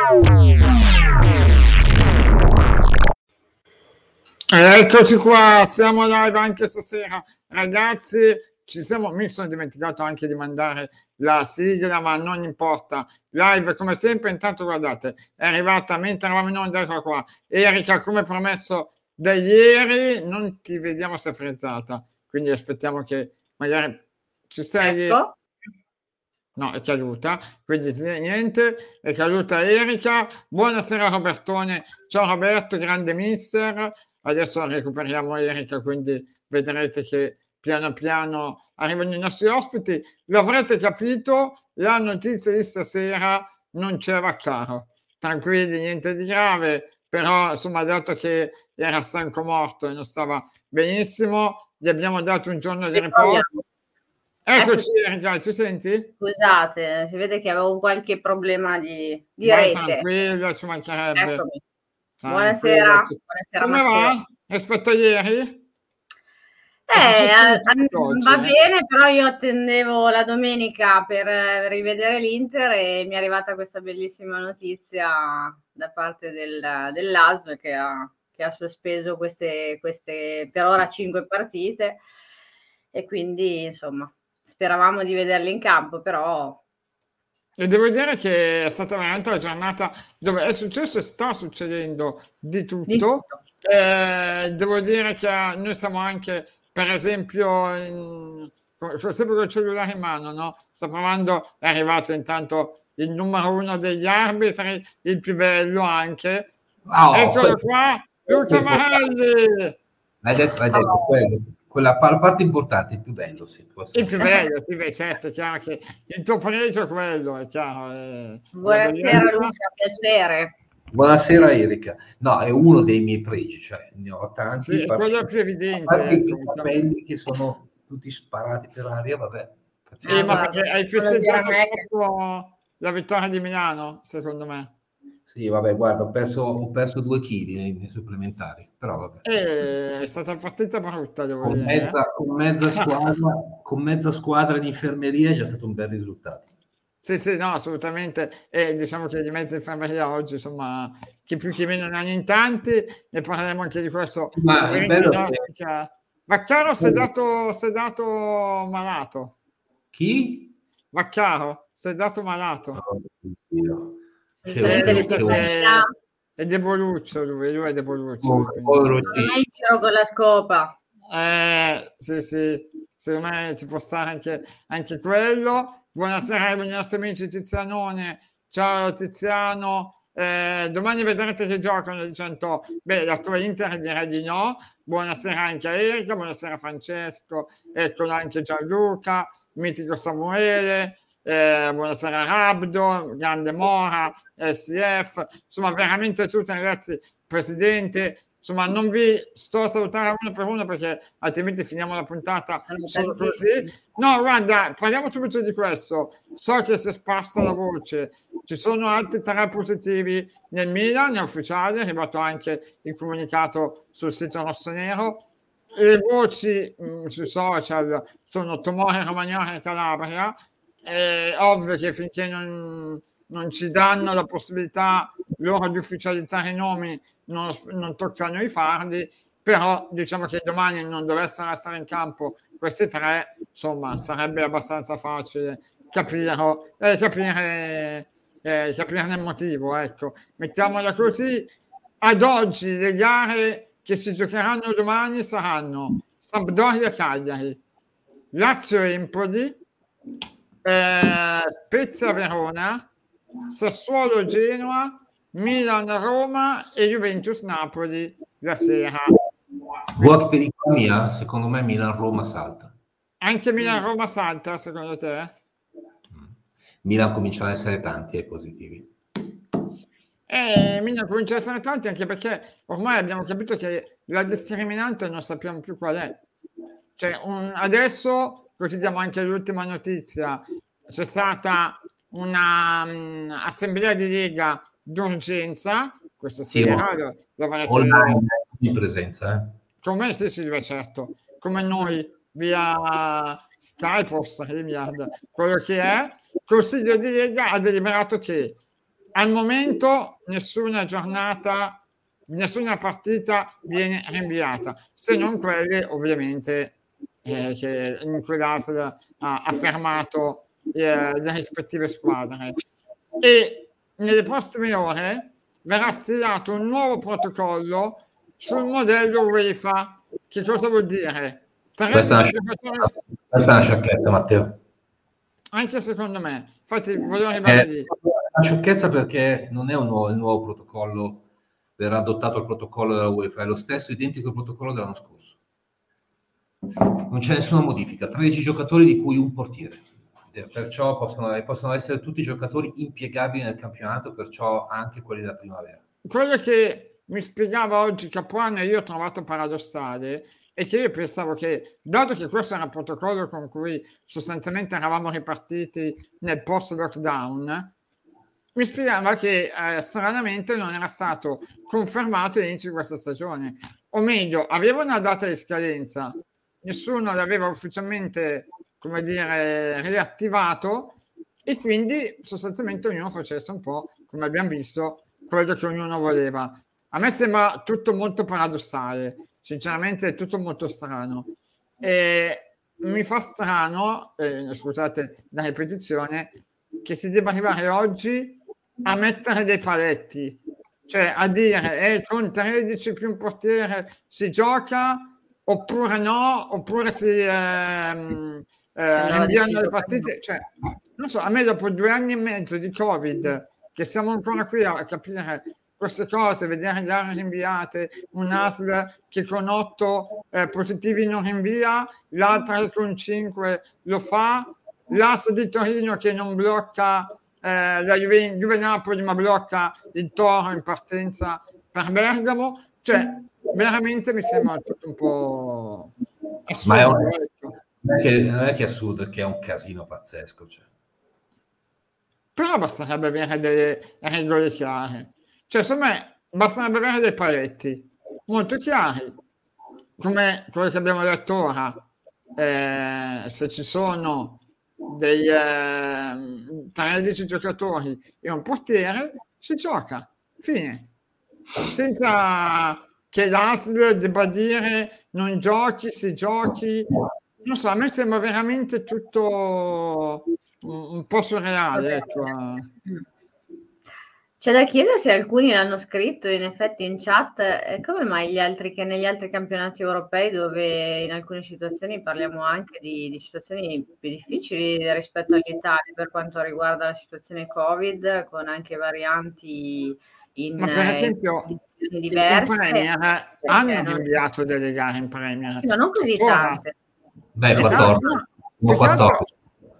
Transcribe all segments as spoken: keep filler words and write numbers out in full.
Eccoci qua, siamo live anche stasera, ragazzi. Ci siamo, mi sono dimenticato anche di mandare la sigla, ma non importa. Live come sempre, intanto guardate, è arrivata mentre eravamo in onda, eccola qua. Erika, come promesso da ieri, non ti vediamo se è frizzata, quindi aspettiamo che magari ci sei. Ecco. No, è caduta, quindi niente, è caduta Erika. Buonasera Robertone, ciao Roberto, grande mister. Adesso recuperiamo Erika, quindi vedrete che piano piano arrivano i nostri ospiti. L'avrete capito, la notizia di stasera non c'era Vaccaro. Tranquilli, niente di grave, però insomma dato che era stanco morto e non stava benissimo, gli abbiamo dato un giorno di riposo. Eccoci Erika, ci senti? Scusate, si vede che avevo qualche problema di, di Vai rete. tranquillo, ci mancherebbe. Eccomi. Tranquilla. Buonasera. Buonasera Come Matteo. va rispetto a ieri? Eh, a- oggi, va eh? bene, però io attendevo la domenica per eh, rivedere l'Inter e mi è arrivata questa bellissima notizia da parte del, dell'A S L che ha, che ha sospeso queste, queste per ora cinque partite e quindi insomma speravamo di vederli in campo, però E devo dire che è stata veramente una giornata dove è successo e sta succedendo di tutto. di tutto. Eh, devo dire che noi siamo anche, per esempio, in, sempre con il cellulare in mano, no? Sto provando, è arrivato intanto il numero uno degli arbitri, il più bello anche. Oh, Eccolo questo- qua, Luca Mahelli! Hai detto, hai detto quello, quella pa- la parte importante, il più bello, sì. posso Il più dire. bello, il più bello, certo, è chiaro che il tuo pregio è quello, è chiaro. È la Buonasera bellezza. Luca, piacere. Buonasera Erika. No, è uno dei miei pregi, cioè ne ho tanti. Sì, par- quello è più evidente, a parte ecco, i diciamo. capelli che sono tutti sparati per aria, vabbè. Sì, Ah, ma guarda, perché hai quello di festeggiato Aramec. troppo la vittoria di Milano, secondo me. Sì, vabbè, guarda, ho perso, ho perso due chili nei, nei supplementari, però vabbè. E è stata una partita brutta, devo Con dire. mezza, eh. con mezza squadra, con mezza squadra in infermeria è già stato un bel risultato. Sì, sì, no, assolutamente. E diciamo che di mezza infermeria oggi, insomma, chi più chi meno ne hanno in tanti, ne parleremo anche di questo. Ma il Ovviamente bello in è che- ottica. Vaccaro si è dato, si è dato malato. Chi? Vaccaro si è dato malato. Oh, Dio. Che Giustamente Eh, le oddio, che perché oddio. vitamina. è deboluccio lui, lui è deboluccio. Povero, quindi- povero Secondo me Gigi. il tiro con la scopa. Eh, sì, sì, secondo me ci può stare anche, anche quello. Buonasera ai nostri amici Tizianone. Ciao Tiziano. Eh, domani vedrete che giocano il cento. Beh, la tua Inter direi di no. Buonasera anche a Erika, buonasera Francesco, eccolo anche Gianluca, mitico Samuele, eh, buonasera Rabdo, grande Mora, S F, insomma veramente tutti ragazzi, presidente. Insomma, non vi sto a salutare uno per uno perché altrimenti finiamo la puntata Sono solo tantissimi. così. No, guarda, parliamo subito di questo. So che si è sparsa la voce, ci sono altri tre positivi nel Milan, è ufficiale, è arrivato anche il comunicato sul sito rossonero. Le voci mh, sui social sono Tomori, Romagnoli e Calabria. È ovvio che finché non, non ci danno la possibilità loro di ufficializzare i nomi, non, non toccano i fardi, però diciamo che domani non dovessero essere in campo questi tre, insomma, sarebbe abbastanza facile capire, eh, capire, eh, capirne il motivo, ecco. Mettiamola così. Ad oggi le gare che si giocheranno domani saranno Sampdoria-Cagliari, Lazio-Empoli, eh, Spezia-Verona, Sassuolo-Genoa, Milan-Roma e Juventus-Napoli la sera. Vuoi che ti dica la mia? Secondo me Milan-Roma salta. Anche Milan-Roma salta, secondo te? Milan comincia ad essere tanti ai positivi. Eh, Milan comincia a essere tanti anche perché ormai abbiamo capito che la discriminante non sappiamo più qual è. Cioè, un- adesso, così diamo anche l'ultima notizia, c'è stata una mm, assemblea di Lega d'urgenza questa Sì, sera, ma- lo, lo farete Online di presenza, eh? come sì, sì, beh, certo, come noi via Skype o StreamYard, quello che è, il Consiglio di Lega ha deliberato che al momento nessuna giornata, nessuna partita viene rinviata, se non quelle ovviamente eh, che in cui l'A S L ha, ha fermato eh, le rispettive squadre. E nelle prossime ore verrà stilato un nuovo protocollo sul modello UEFA. Che cosa vuol dire? Questa è, tredici giocatori... questa è una sciocchezza, Matteo. Anche secondo me, infatti volevo È arrivare lì. una sciocchezza perché non è un nuovo, il nuovo protocollo, verrà adottato il protocollo della UEFA, è lo stesso identico protocollo dell'anno scorso. Non c'è nessuna modifica, tredici giocatori di cui un portiere. Perciò possono, possono essere tutti giocatori impiegabili nel campionato, perciò anche quelli della primavera. Quello che mi spiegava oggi Capuano e io ho trovato paradossale è che io pensavo che, dato che questo era il protocollo con cui sostanzialmente eravamo ripartiti nel post-lockdown, mi spiegava che eh, stranamente non era stato confermato all'inizio di questa stagione. O meglio, aveva una data di scadenza, nessuno l'aveva ufficialmente, come dire, riattivato e quindi sostanzialmente ognuno facesse un po', come abbiamo visto, quello che ognuno voleva. A me sembra tutto molto paradossale, sinceramente è tutto molto strano. E mi fa strano, eh, scusate la ripetizione, che si debba arrivare oggi a mettere dei paletti, cioè a dire eh, con tredici più un portiere si gioca oppure no, oppure si ehm, eh, rinviano le partite. Cioè, non so, a me dopo due anni e mezzo di Covid, che siamo ancora qui a capire queste cose, vedere le aree rinviate, un A S L che con otto eh, positivi non rinvia, l'altra che con cinque lo fa, l'A S di Torino che non blocca eh, la Juve, Juve Napoli ma blocca il Toro in partenza per Bergamo, cioè veramente mi sembra tutto un po' assurdo. Ma è un, ecco. non, è che, non è che è assurdo, è che è un casino pazzesco. Cioè. Però basterebbe avere delle regole chiare. Cioè, secondo me, basterebbe avere dei paletti molto chiari, come quello che abbiamo detto ora. Eh, se ci sono dei eh, tredici giocatori e un portiere, si gioca. Fine. Senza che l'A S L debba dire non giochi, se giochi. Non so, a me sembra veramente tutto un po' surreale, ecco. C'è da chiedersi, alcuni l'hanno scritto in effetti in chat, eh, come mai gli altri che negli altri campionati europei, dove in alcune situazioni parliamo anche di, di situazioni più difficili rispetto all'Italia per quanto riguarda la situazione Covid, con anche varianti in, Ma per esempio in condizioni in diverse, Premier perché hanno non- rinviato delle gare in Premier. sì, ma non così Tuttora. tante. Beh, Esatto, quattordici. no, Sono più che altro- quattordici.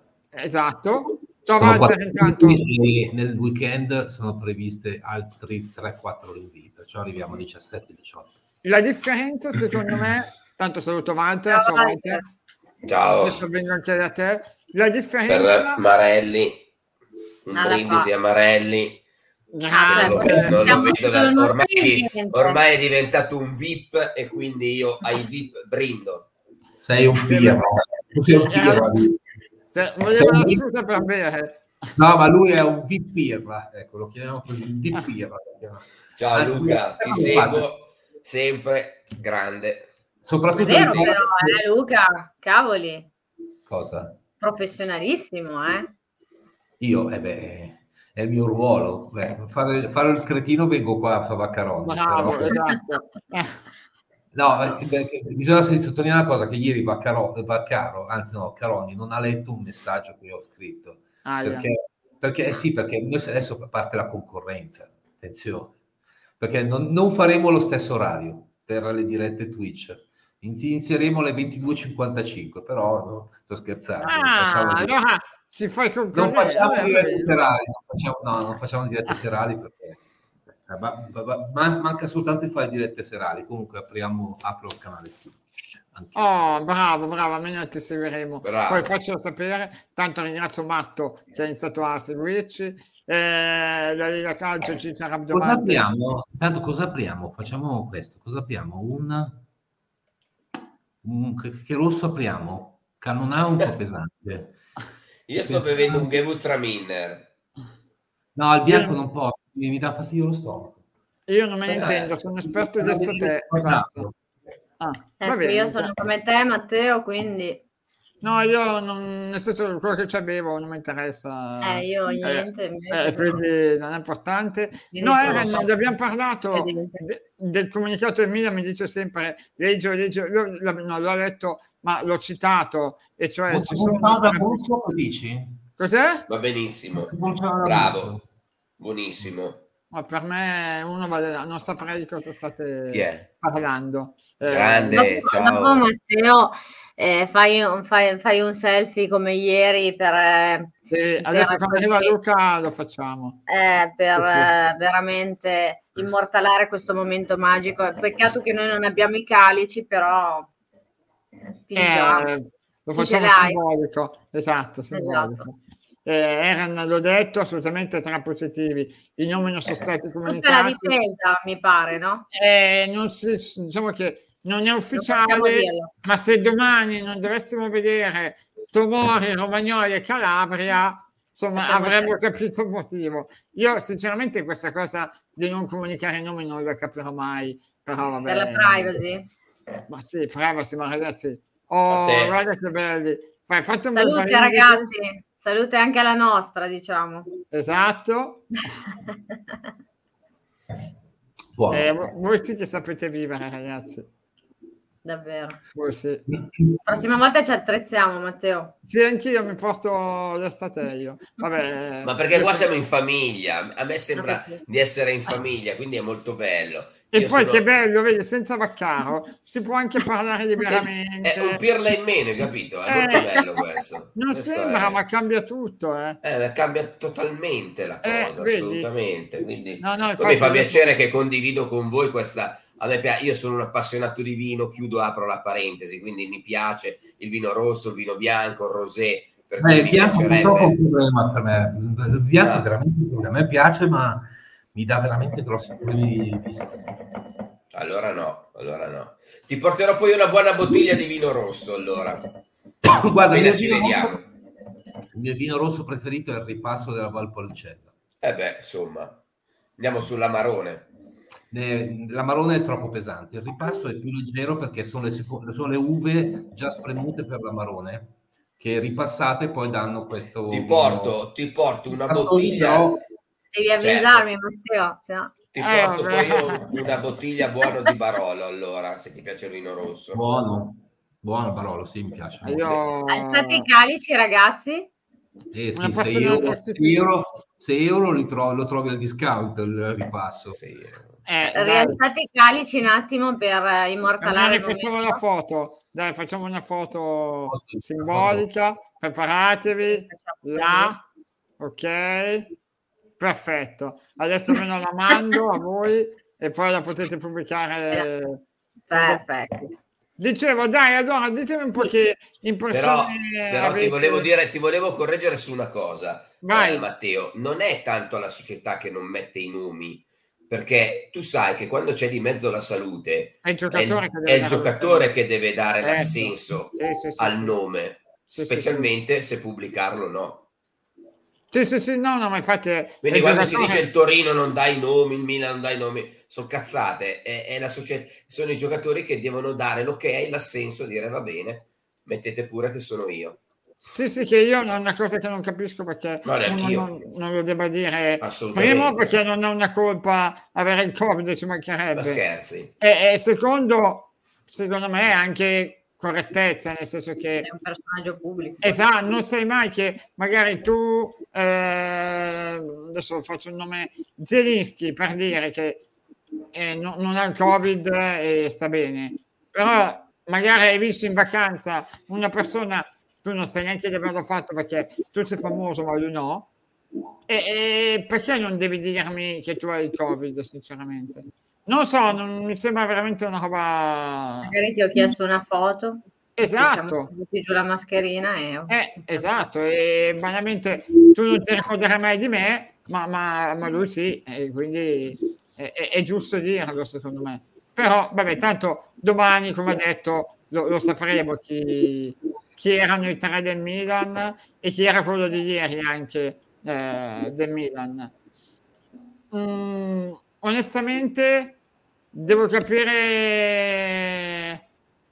Esatto. Ciao Sono Walter, intanto. quattordici e nel weekend sono previste altri tre quattro rinvii, perciò arriviamo a diciassette diciotto. La differenza, secondo me, tanto saluto Walter, Ciao, ciao Walter. Walter. Ciao. Adesso vengo anche da te. La Per differenza... Marelli, un Alla brindisi fa. a Marelli. Ah, Non lo, cioè, non lo siamo vedo da- solo ormai, noi, di- ormai è diventato un V I P e quindi io ai V I P brindo. Sei un pirla. Tu sei un pirla. Cioè, voleva la scusa per bere. No, ma lui è un V pirla, ecco, lo chiamiamo così, un V pirla. Ciao Anzi, Luca, ti guarda, seguo sempre, grande. Soprattutto Vero l'idea- però, eh, Luca, cavoli, Cosa? professionalissimo, eh? Io, eh beh, è il mio ruolo. Beh, fare, fare il cretino vengo qua a Vaccaroni. Bravo, però- esatto. Eh, No, eh, perché bisogna sottolineare una cosa, che ieri Vaccaro, Vaccaro, anzi no, Caroni non ha letto un messaggio che io ho scritto. ah, yeah. Perché, perché eh sì, perché noi adesso parte la concorrenza, attenzione, perché non, non faremo lo stesso orario per le dirette Twitch. Inizieremo alle ventidue e cinquantacinque, però no, sto scherzando. non Ah, facciamo, allora si fa il non concorrente. facciamo Vabbè, dirette vabbè. serali, non facciamo, no, non facciamo dirette serali perché eh, ma- ma- ma- manca soltanto di fare dirette serali. Comunque apriamo, apro il canale Twitch. Anche. Oh, bravo, bravo, almeno ti seguiremo. Bravo. Poi faccelo sapere. Tanto ringrazio Matto che ha iniziato a seguirci. Eh, la Lega Calcio ci sarà Cosa domani. apriamo? Intanto cosa apriamo? Facciamo questo. Cosa apriamo? Un, un che, che rosso apriamo? Cannonau un po' pesante. Io sto Pensavo- bevendo un Gewürztraminer. No, il bianco non posso, mi, mi dà fastidio lo stomaco. Io non me ne Eh. intendo, sono esperto di estate e basta. Ah, va Ecco, bene. io sono come te, Matteo, quindi No, io non, nel senso quello che ci bevo non mi interessa. eh, io eh, niente, invece eh, però. quindi non è importante. Mi No, ritrovo Eren, poco. ne abbiamo parlato Vedete. de- del comunicato del Milan, mi dice sempre, leggo, leggo, lo- lo- non l'ho letto, ma l'ho citato, e cioè ci sono... da Abruzzo, che dici? Cos'è? Va benissimo. Buongiorno da Bravo. Abruzzo. Buonissimo. Ma per me uno va- non saprei di cosa state Chi è? parlando. Eh, Grande. Dopo, ciao. dopo, Matteo, eh, fai, un, fai, fai un selfie come ieri per, eh, sì, per, adesso quando arriva così, Luca lo facciamo. eh, per Sì, sì. eh, veramente immortalare questo momento magico. Peccato che noi non abbiamo i calici, però fingiamo. Eh, lo Chi ce facciamo l'hai? simbolico, esatto, simbolico. Esatto. Eh, Eren, l'ho detto, assolutamente tra positivi. I nomi non sono stati Tutta la comunicati. difesa, mi pare, no? Eh, non si, diciamo che non è Non possiamo ufficiale, dirlo. ma se domani non dovessimo vedere Tomori, Romagnoli e Calabria, insomma, Secondo avremmo te? capito il motivo. Io sinceramente questa cosa di non comunicare i nomi non la capirò mai, però Per la vabbè. privacy. Ma sì, privacy, ma ragazzi, A oh, te. guarda che belli. Fai, fate un bel Salute brindisi. ragazzi, salute anche alla nostra, diciamo. Esatto. Buono. Eh, vo- voi sì che sapete vivere, ragazzi. Davvero. Voi sì. Prossima volta ci attrezziamo, Matteo. Sì, anch'io mi porto l'estate io. Vabbè. Ma perché io qua sono- siamo in famiglia, a me sembra Ma perché? di essere in famiglia, quindi è molto bello. E Io poi sono- che bello, vedi, senza Vaccaro si può anche parlare Se- liberamente. è un pirla in meno, hai capito? È Eh, molto bello questo. Non Questo sembra, è- ma cambia tutto, eh. eh, cambia totalmente la Eh, cosa, vedi? assolutamente. Quindi No, no, poi infatti mi fa io- piacere che condivido con voi questa. A me piace, io sono un appassionato di vino, chiudo, apro la parentesi, quindi mi piace il vino rosso, il vino bianco, il rosé. Per Eh, cui il mi bianco purtroppo è piacerebbe. un problema per me. Il bianco Ah. è veramente un problema. A me piace, ma mi dà veramente grossi problemi di stomaco. Allora no, allora no. Ti porterò poi una buona bottiglia di vino rosso, allora. Guarda, il Appena mio, ci vino vediamo. rosso, il mio vino rosso preferito è il ripasso della Valpolicella. Eh beh, insomma, andiamo sull'amarone. Eh, L'amarone è troppo pesante, il ripasso è più leggero perché sono le, seco- sono le uve già spremute per l'amarone che ripassate poi danno questo Ti vino- porto, ti porto una Ripasso bottiglia. però- Devi avvisarmi, Matteo. se no- Ti Eh, porto vabbè. poi io una bottiglia buona di Barolo, allora, se ti piace il vino rosso. buono, buono Barolo, sì, mi piace. Io... Alzate i calici, ragazzi. Eh, Una sì, sei passione euro, artistica. sei euro, sei euro li tro- lo trovi al discount il ripasso. Sì. Eh, dai, Rialzate i calici un attimo per eh, allora immortalare il facciamo momento. la foto. Dai, facciamo una foto Foto, simbolica. Preparatevi. Facciamo Là. Ok. Perfetto. Adesso me la mando a voi e poi la potete pubblicare. Perfetto. Dicevo, dai, allora ditemi un po' che Però, impressione però ti avete. volevo dire, ti volevo correggere su una cosa, Vai. eh, Matteo. Non è tanto la società che non mette i nomi, perché tu sai che quando c'è di mezzo la salute È il giocatore, è che il, deve è il dare giocatore il- che deve dare Certo. l'assenso Sì, sì, sì, al sì. nome, Sì, sì, specialmente se pubblicarlo o no. Sì, sì, sì, no, no, ma infatti è Quindi il quando si giocatore- dice il Torino non dà i nomi, il Milan non dà i nomi, sono cazzate, è, è la società, sono i giocatori che devono dare l'ok, l'assenso, dire va bene, mettete pure che sono io. Sì, sì, che io è una cosa che non capisco perché No, uno neanch'io. non, non lo debba dire. Assolutamente. Primo, perché non ha una colpa avere il Covid, ci Ma mancherebbe. scherzi. E, e secondo, secondo me, anche correttezza, nel senso che È un personaggio pubblico. esatto, non sai mai che magari tu, eh, adesso faccio il nome, Zelinski, per dire che eh, no- non ha il Covid e sta bene, però magari hai visto in vacanza una persona, tu non sai neanche di averlo fatto perché tu sei famoso ma lui no, e, e perché non devi dirmi che tu hai il Covid, sinceramente? Non so, non mi sembra veramente una roba... Magari ti ho chiesto una foto. Esatto. Siamo buttati giù la mascherina e... Eh, esatto, e banalmente tu non ti ricorderai mai di me, ma, ma, ma lui sì, e quindi è, è- è giusto dirlo secondo me. Però, vabbè, tanto domani, come ha detto, lo, lo sapremo chi, chi erano i tre del Milan e chi era quello di ieri anche eh, del Milan. mm, onestamente devo capire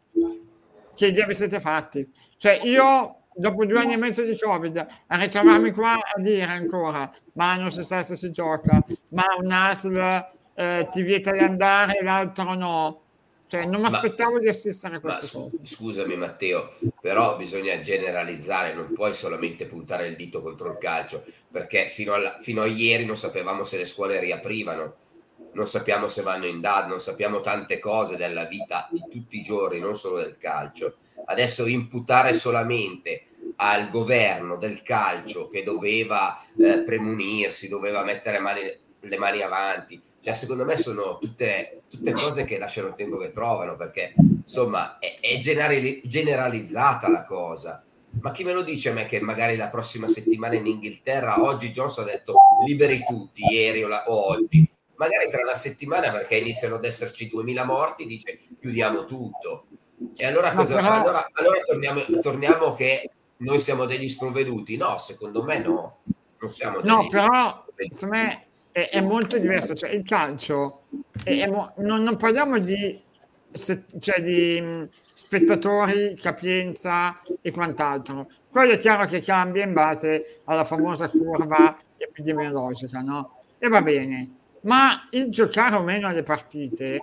che idea vi siete fatti. Cioè io, dopo due anni e mezzo di Covid, a ritrovarmi qua a dire ancora, ma non si sa se si gioca, ma un A S L eh, ti vieta di andare, l'altro no. Cioè non mi Ma- aspettavo di assistere a Ma queste scu- cose. scusami Matteo, però bisogna generalizzare, non puoi solamente puntare il dito contro il calcio, perché fino, alla- fino a ieri non sapevamo se le scuole riaprivano, non sappiamo se vanno in D A D, non sappiamo tante cose della vita di tutti i giorni, non solo del calcio. Adesso imputare solamente al governo del calcio che doveva eh, premunirsi, doveva mettere mani, le mani avanti, cioè secondo me sono tutte, tutte cose che lasciano il tempo che trovano, perché insomma è, è generali- generalizzata la cosa. Ma chi me lo dice a me che magari la prossima settimana in Inghilterra, oggi Johnson ha detto liberi tutti, ieri o, la, o oggi, magari tra una settimana, perché iniziano ad esserci duemila morti, dice chiudiamo tutto. E allora, Ma cosa, però- allora, allora torniamo, torniamo che noi siamo degli sprovveduti? No, secondo me no, non siamo degli No, però sprovveduti. secondo me è, è molto diverso. Cioè, il calcio, è- è mo- non, non parliamo di, se- cioè, di mh, spettatori, capienza e quant'altro. Quello è chiaro che cambia in base alla famosa curva epidemiologica, no? E va bene. Ma il giocare o meno alle partite,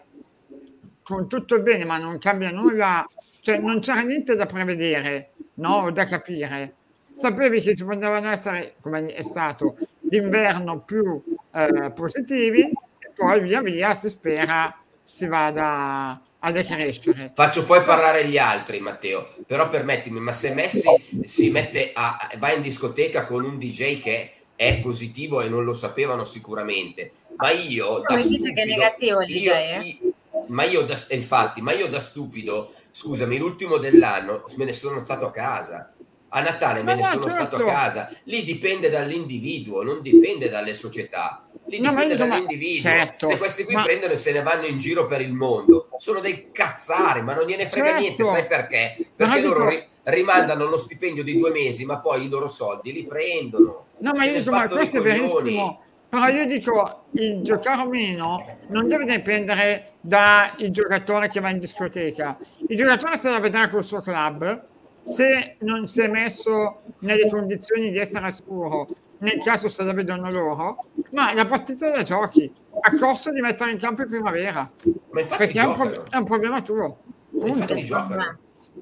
con tutto il bene, ma non cambia nulla, cioè non c'era niente da prevedere, no? O da capire. Sapevi che ci potevano essere, come è stato, d'inverno più eh, positivi, e poi via via si spera si vada a decrescere. Faccio poi parlare gli altri, Matteo, però permettimi, ma se Messi si mette a, va in discoteca con un D J che è positivo e non lo sapevano sicuramente, ma io da Mi dice che è stupido, negativo il D J, io, eh? io- ma io da, infatti, ma io da stupido, scusami, l'ultimo dell'anno me ne sono stato a casa. A Natale me No, ne no, sono stato a certo. casa. Lì dipende dall'individuo, non dipende dalle società. Lì No, ma io dipende dico, ma- dall'individuo. certo, Se questi qui ma- prendono e se ne vanno in giro per il mondo, sono dei cazzari, ma non gliene frega Certo. niente. Sai perché? Però Perché loro dico- ri- rimandano lo stipendio di due mesi, ma poi i loro soldi li prendono. No, ma Se io ne dico, ma sbattono i questo è coglioni. verissimo. Però io dico, il giocare o meno non deve dipendere dal giocatore che va in discoteca. Il giocatore se la vedrà col suo club, se non si è messo nelle condizioni di essere sicuro, nel caso se la vedono loro, ma la partita la giochi, a costo di mettere in campo in primavera. Ma infatti Perché è un, pro- giocano. è un problema tuo. Punto. Infatti giocano.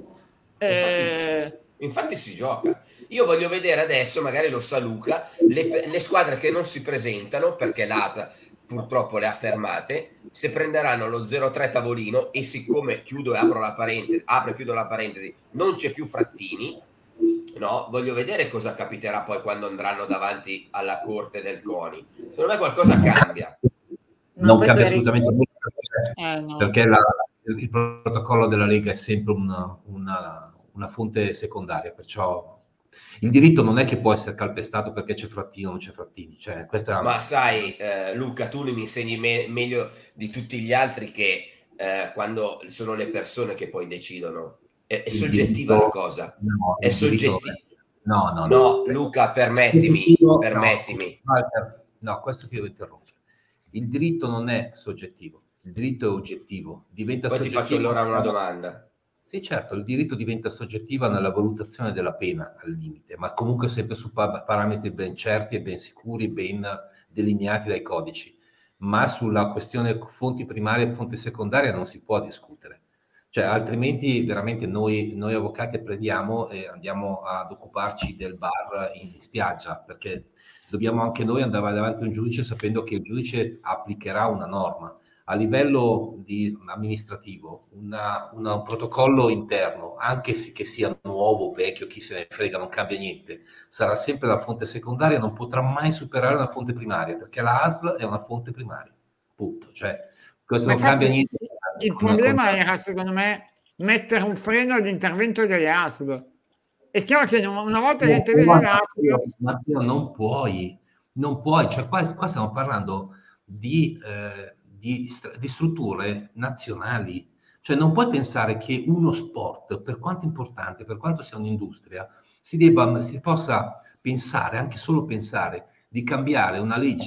Eh, Infatti si gioca. Io voglio vedere adesso, magari lo sa Luca, le, le squadre che non si presentano, perché l'A S A purtroppo le ha fermate, se prenderanno lo zero tre tavolino e siccome, chiudo e apro la parentesi, apro e chiudo la parentesi, non c'è più Frattini, no? Voglio vedere cosa capiterà poi quando andranno davanti alla corte del CONI. Secondo me qualcosa cambia. Non questo cambia è assolutamente ridicolo. niente, eh, no. perché la- il protocollo della Lega è sempre una, una- una fonte secondaria, perciò il diritto non è che può essere calpestato perché c'è Frattino o non c'è Frattini. Cioè, questa è Ma sai, eh, Luca, tu mi insegni me- meglio di tutti gli altri che eh, quando sono le persone che poi decidono. È, è il soggettiva diritto- la cosa. no, È il diritto soggettiva. non è- No, no, No, aspetta. Luca, permettimi, Soggettivo- permettimi. No, Walter, no, questo che devo interrompere. Il diritto non è soggettivo, il diritto è oggettivo. Diventa Poi ti faccio soggettivo- allora una domanda. Sì, certo, il diritto diventa soggettiva nella valutazione della pena al limite, ma comunque sempre su pa- parametri ben certi e ben sicuri, ben delineati dai codici. Ma sulla questione fonti primarie e fonti secondarie non si può discutere. Cioè, altrimenti veramente noi, noi avvocati prendiamo e andiamo ad occuparci del bar in spiaggia, perché dobbiamo anche noi andare davanti a un giudice sapendo che il giudice applicherà una norma. A livello di amministrativo, una, una- un protocollo interno, anche se che sia nuovo, vecchio, chi se ne frega, non cambia niente, sarà sempre la fonte secondaria, non potrà mai superare una fonte primaria, perché la A S L è una fonte primaria, punto. Cioè, questo Ma non cambia infatti, niente. il Con- problema con- era, secondo me, mettere un freno all'intervento delle A S L. È chiaro che non- una volta che interviene No, le A S L, Matteo, Matteo, non puoi, non puoi, cioè qua, qua stiamo parlando di, eh, di, str- di strutture nazionali, cioè non puoi pensare che uno sport, per quanto importante, per quanto sia un'industria, si debba, si possa pensare, anche solo pensare, di cambiare una legge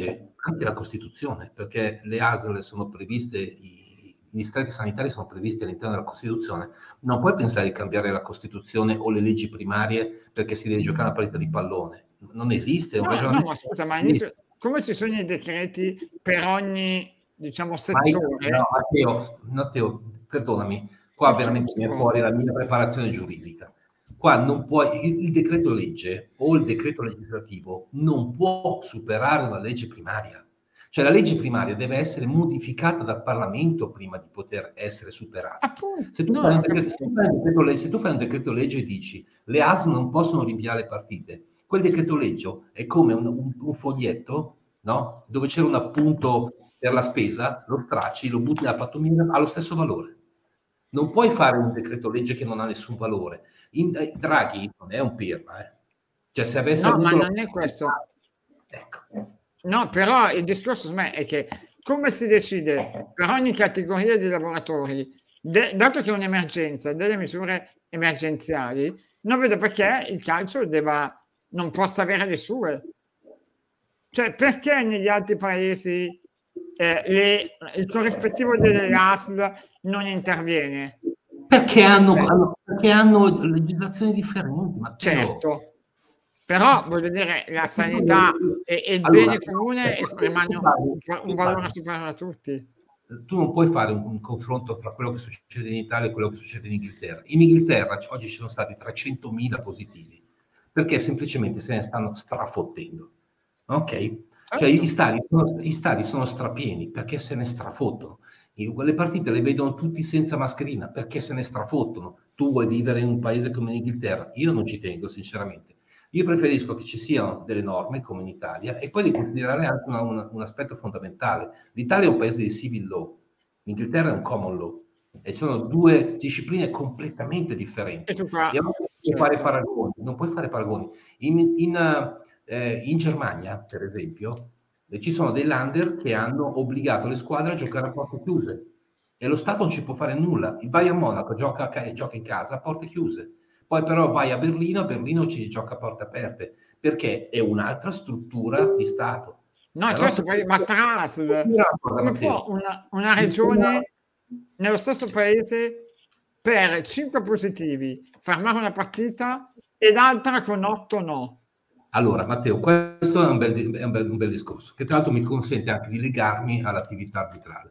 anche la Costituzione, perché le A S L sono previste, i, i distretti sanitari sono previsti all'interno della Costituzione. Non puoi pensare di cambiare la Costituzione o le leggi primarie perché si deve giocare una partita di pallone. Non esiste. Un No, ragionamento... no, ma scusa, ma inizio, come ci sono i decreti per ogni, diciamo, Ma settore? io, no, Matteo, Matteo, perdonami, qua veramente viene fuori la mia preparazione giuridica. Qua non puoi, il, il decreto legge o il decreto legislativo non può superare una legge primaria. Cioè la legge primaria deve essere modificata dal Parlamento prima di poter essere superata. Appunto, Se tu, no, fai un ho decreto, capito. se tu fai un decreto legge, se tu fai un decreto legge e dici le A S L non possono rinviare le partite, quel decreto legge è come un, un, un foglietto, no? Dove c'era un appunto per la spesa, lo stracci, lo butti nella pattumiera, ha lo stesso valore. Non puoi fare un decreto legge che non ha nessun valore. In, eh, Draghi non è un pirla, eh. Cioè se avesse No, avuto ma la- non è questo. Ecco. No, però il discorso secondo me è che come si decide per ogni categoria di lavoratori, de- dato che è un'emergenza, delle misure emergenziali, non vedo perché il calcio debba, non possa avere le sue. Cioè, perché negli altri paesi eh, le- il corrispettivo delle A S L non interviene? Perché hanno, Beh. hanno- perché hanno legislazioni differenti, Matteo. Certo, però voglio dire, la sanità e, e il Allora, bene comune ecco, rimane tu parli- un, un tu valore parli- superiore a tutti. Tu non puoi fare un, un confronto fra quello che succede in Italia e quello che succede in Inghilterra. In Inghilterra c- oggi ci sono stati trecentomila positivi, perché semplicemente se ne stanno strafottendo. Ok? Cioè Certo. gli stadi, sono, gli stadi sono strapieni perché se ne strafottono. I- Le partite le vedono tutti senza mascherina perché se ne strafottono. Tu vuoi vivere in un paese come l'Inghilterra? Io non ci tengo, sinceramente. Io preferisco che ci siano delle norme come in Italia e poi di considerare anche una- una- un aspetto fondamentale. L'Italia è un paese di civil law, l'Inghilterra è un common law e sono due discipline completamente differenti. E tu qua, E non puoi certo. fare paragoni, non puoi fare paragoni. In, in, eh, in Germania, per esempio, eh, ci sono dei Länder che hanno obbligato le squadre a giocare a porte chiuse e lo Stato non ci può fare nulla. Il Bayern Monaco gioca, a ca- gioca in casa a porte chiuse. Poi però vai a Berlino, a Berlino ci gioca a porte aperte, perché è un'altra struttura di Stato. No, La certo, nostra poi, ma tra l'altro, come può una, una regione nello stesso paese per cinque positivi fermare una partita e l'altra con otto no? Allora, Matteo, questo è un bel, di- è un bel, un bel discorso, che tra l'altro mi consente anche di legarmi all'attività arbitrale,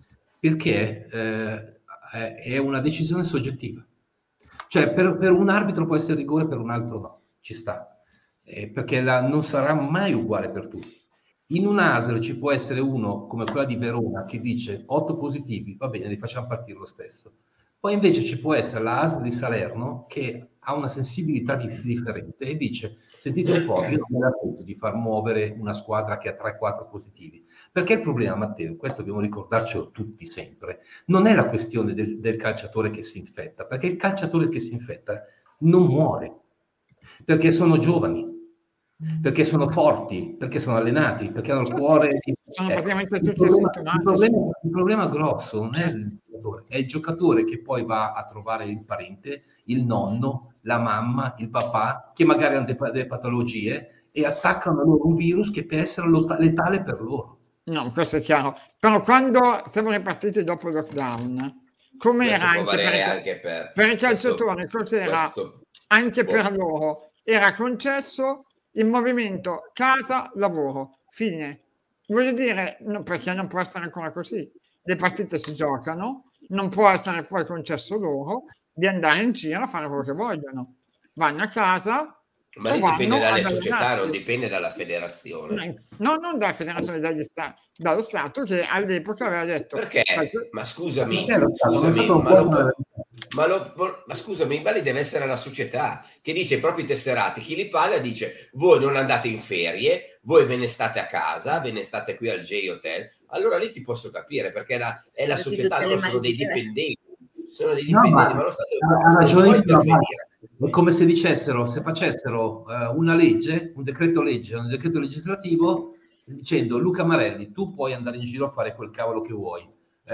perché eh, è- è una decisione soggettiva. Cioè, per, per un arbitro può essere rigore, per un altro no, ci sta, Eh, perché la- non sarà mai uguale per tutti. In un A S L ci può essere uno come quella di Verona che dice otto positivi, va bene, li facciamo partire lo stesso. Poi invece ci può essere la A S L di Salerno che ha una sensibilità di- differente e dice, sentite un po', io non me la sento di far muovere una squadra che ha tre quattro positivi. Perché il problema, Matteo, questo dobbiamo ricordarcelo tutti sempre, non è la questione del, del calciatore che si infetta, perché il calciatore che si infetta non muore, perché sono giovani, perché sono forti, perché sono allenati, perché hanno il Certo, cuore. sono Ecco, praticamente il, tutti problema, asintomatici. il, problema, il problema grosso non è Certo. il giocatore, è il giocatore che poi va a trovare il parente, il nonno, la mamma, il papà, che magari hanno delle, delle patologie e attaccano a loro un virus che può essere lot- letale per loro. No, questo è chiaro. Però quando siamo ripartiti dopo il lockdown, come Questo era può anche per, valere i- anche per, per i questo- calciatori, cos'era questo anche può- per loro? Era concesso il movimento casa-lavoro, fine. Voglio dire, no, perché non può essere ancora così. Le partite si giocano, non può essere poi concesso loro di andare in giro a fare quello che vogliono. Vanno a casa Ma o lì dipende vanno dalle ad società, non allenarsi. dipende dalla federazione. No, non dalla federazione, dagli sta- dallo Stato che all'epoca aveva detto Perché? "Fai- Ma scusami, Perché lo Stato? Lo scusami, Stato non ma, può lo fare- può- ma, lo- ma scusami, ma lì deve essere la società che dice ai propri tesserati, chi li paga dice voi non andate in ferie, voi ve ne state a casa, ve ne state qui al J Hotel, allora lì ti posso capire perché la- è la Tutti società, tutte loro le sono dei maniere. dipendenti, sono dei No, dipendenti, ma ma, lo Stato ha, ha non ragionissimo, può intervenire. è come se dicessero, se facessero eh, una legge, un decreto legge, un decreto legislativo, dicendo Luca Marelli, tu puoi andare in giro a fare quel cavolo che vuoi.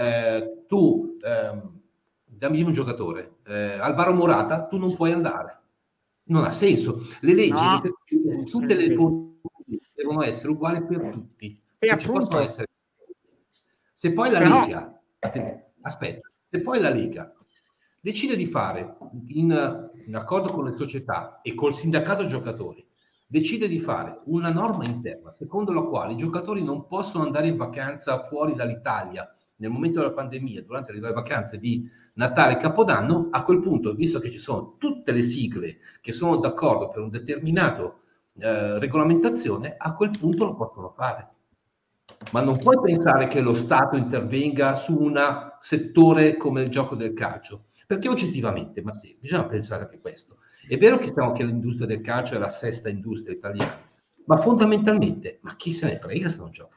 Eh, tu, ehm, dammi un giocatore, eh, Alvaro Morata, tu non puoi andare. Non ha senso. Le leggi, No. le- tutte le fonti devono essere uguali per tutti. E non ci appunto, possono essere. Se poi la però, Lega, aspetta, se poi la Lega decide di fare, in, in accordo con le società e col sindacato giocatori, decide di fare una norma interna secondo la quale i giocatori non possono andare in vacanza fuori dall'Italia nel momento della pandemia, durante le vacanze di Natale e Capodanno, a quel punto, visto che ci sono tutte le sigle che sono d'accordo per un determinato eh, regolamentazione, a quel punto lo possono fare. Ma non puoi pensare che lo Stato intervenga su un settore come il gioco del calcio, perché oggettivamente, Matteo, bisogna pensare anche questo. È vero che, stiamo, che l'industria del calcio è la sesta industria italiana, ma fondamentalmente, ma chi se ne frega se non gioca?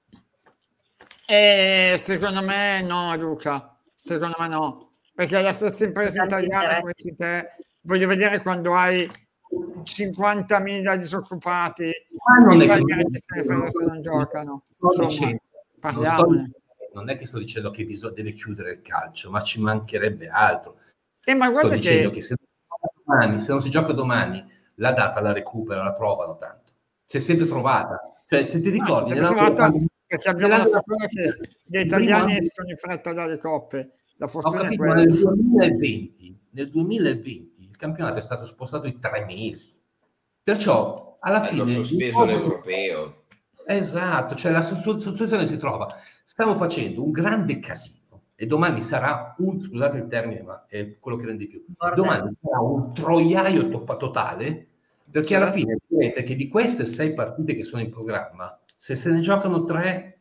E secondo me no, Luca, secondo me no, perché la stessa impresa italiana, come dici te, voglio vedere quando hai cinquantamila disoccupati, Ma non è che, che se ne frega se non giocano, sto insomma, dicendo, non, parliamone. sto, non è che sto dicendo che bisogna, deve chiudere il calcio, ma ci mancherebbe altro. Eh, ma Sto guarda dicendo che, che, se, domani, se non si gioca domani, la data la recupera, la trovano tanto. Si è sempre trovata. Cioè, se ti ricordi, no, nell'anno trovata, quando, perché abbiamo la fortuna che gli italiani primo, escono in fretta dalle coppe. La ho fortuna capito, è ma quella. nel duemilaventi, nel duemilaventi il campionato è stato spostato di tre mesi. Perciò, alla Hanno fine... sospeso l'europeo. Esatto, cioè la sostituzione si trova. Stiamo facendo un grande casino e domani sarà un, scusate il termine, ma è quello che rende di più. Guarda. Domani sarà un troiaio to- totale, perché Cioè? alla fine vedete che di queste sei partite che sono in programma, se se ne giocano tre,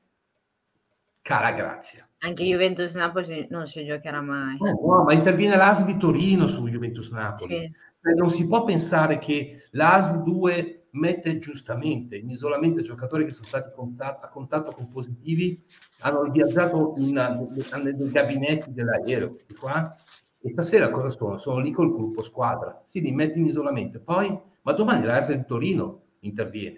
cara grazia. Anche Juventus-Napoli non si giocherà mai. Eh, no, ma interviene l'A S di Torino su Juventus-Napoli. Sì. Cioè, non si può pensare che l'A S due mette giustamente in isolamento i giocatori che sono stati contatto, a contatto con positivi, hanno viaggiato in, nei, nei gabinetti dell'aereo di qua, e stasera cosa sono? Sono lì col gruppo squadra, si li metti in isolamento, poi, ma domani l'A S di Torino interviene,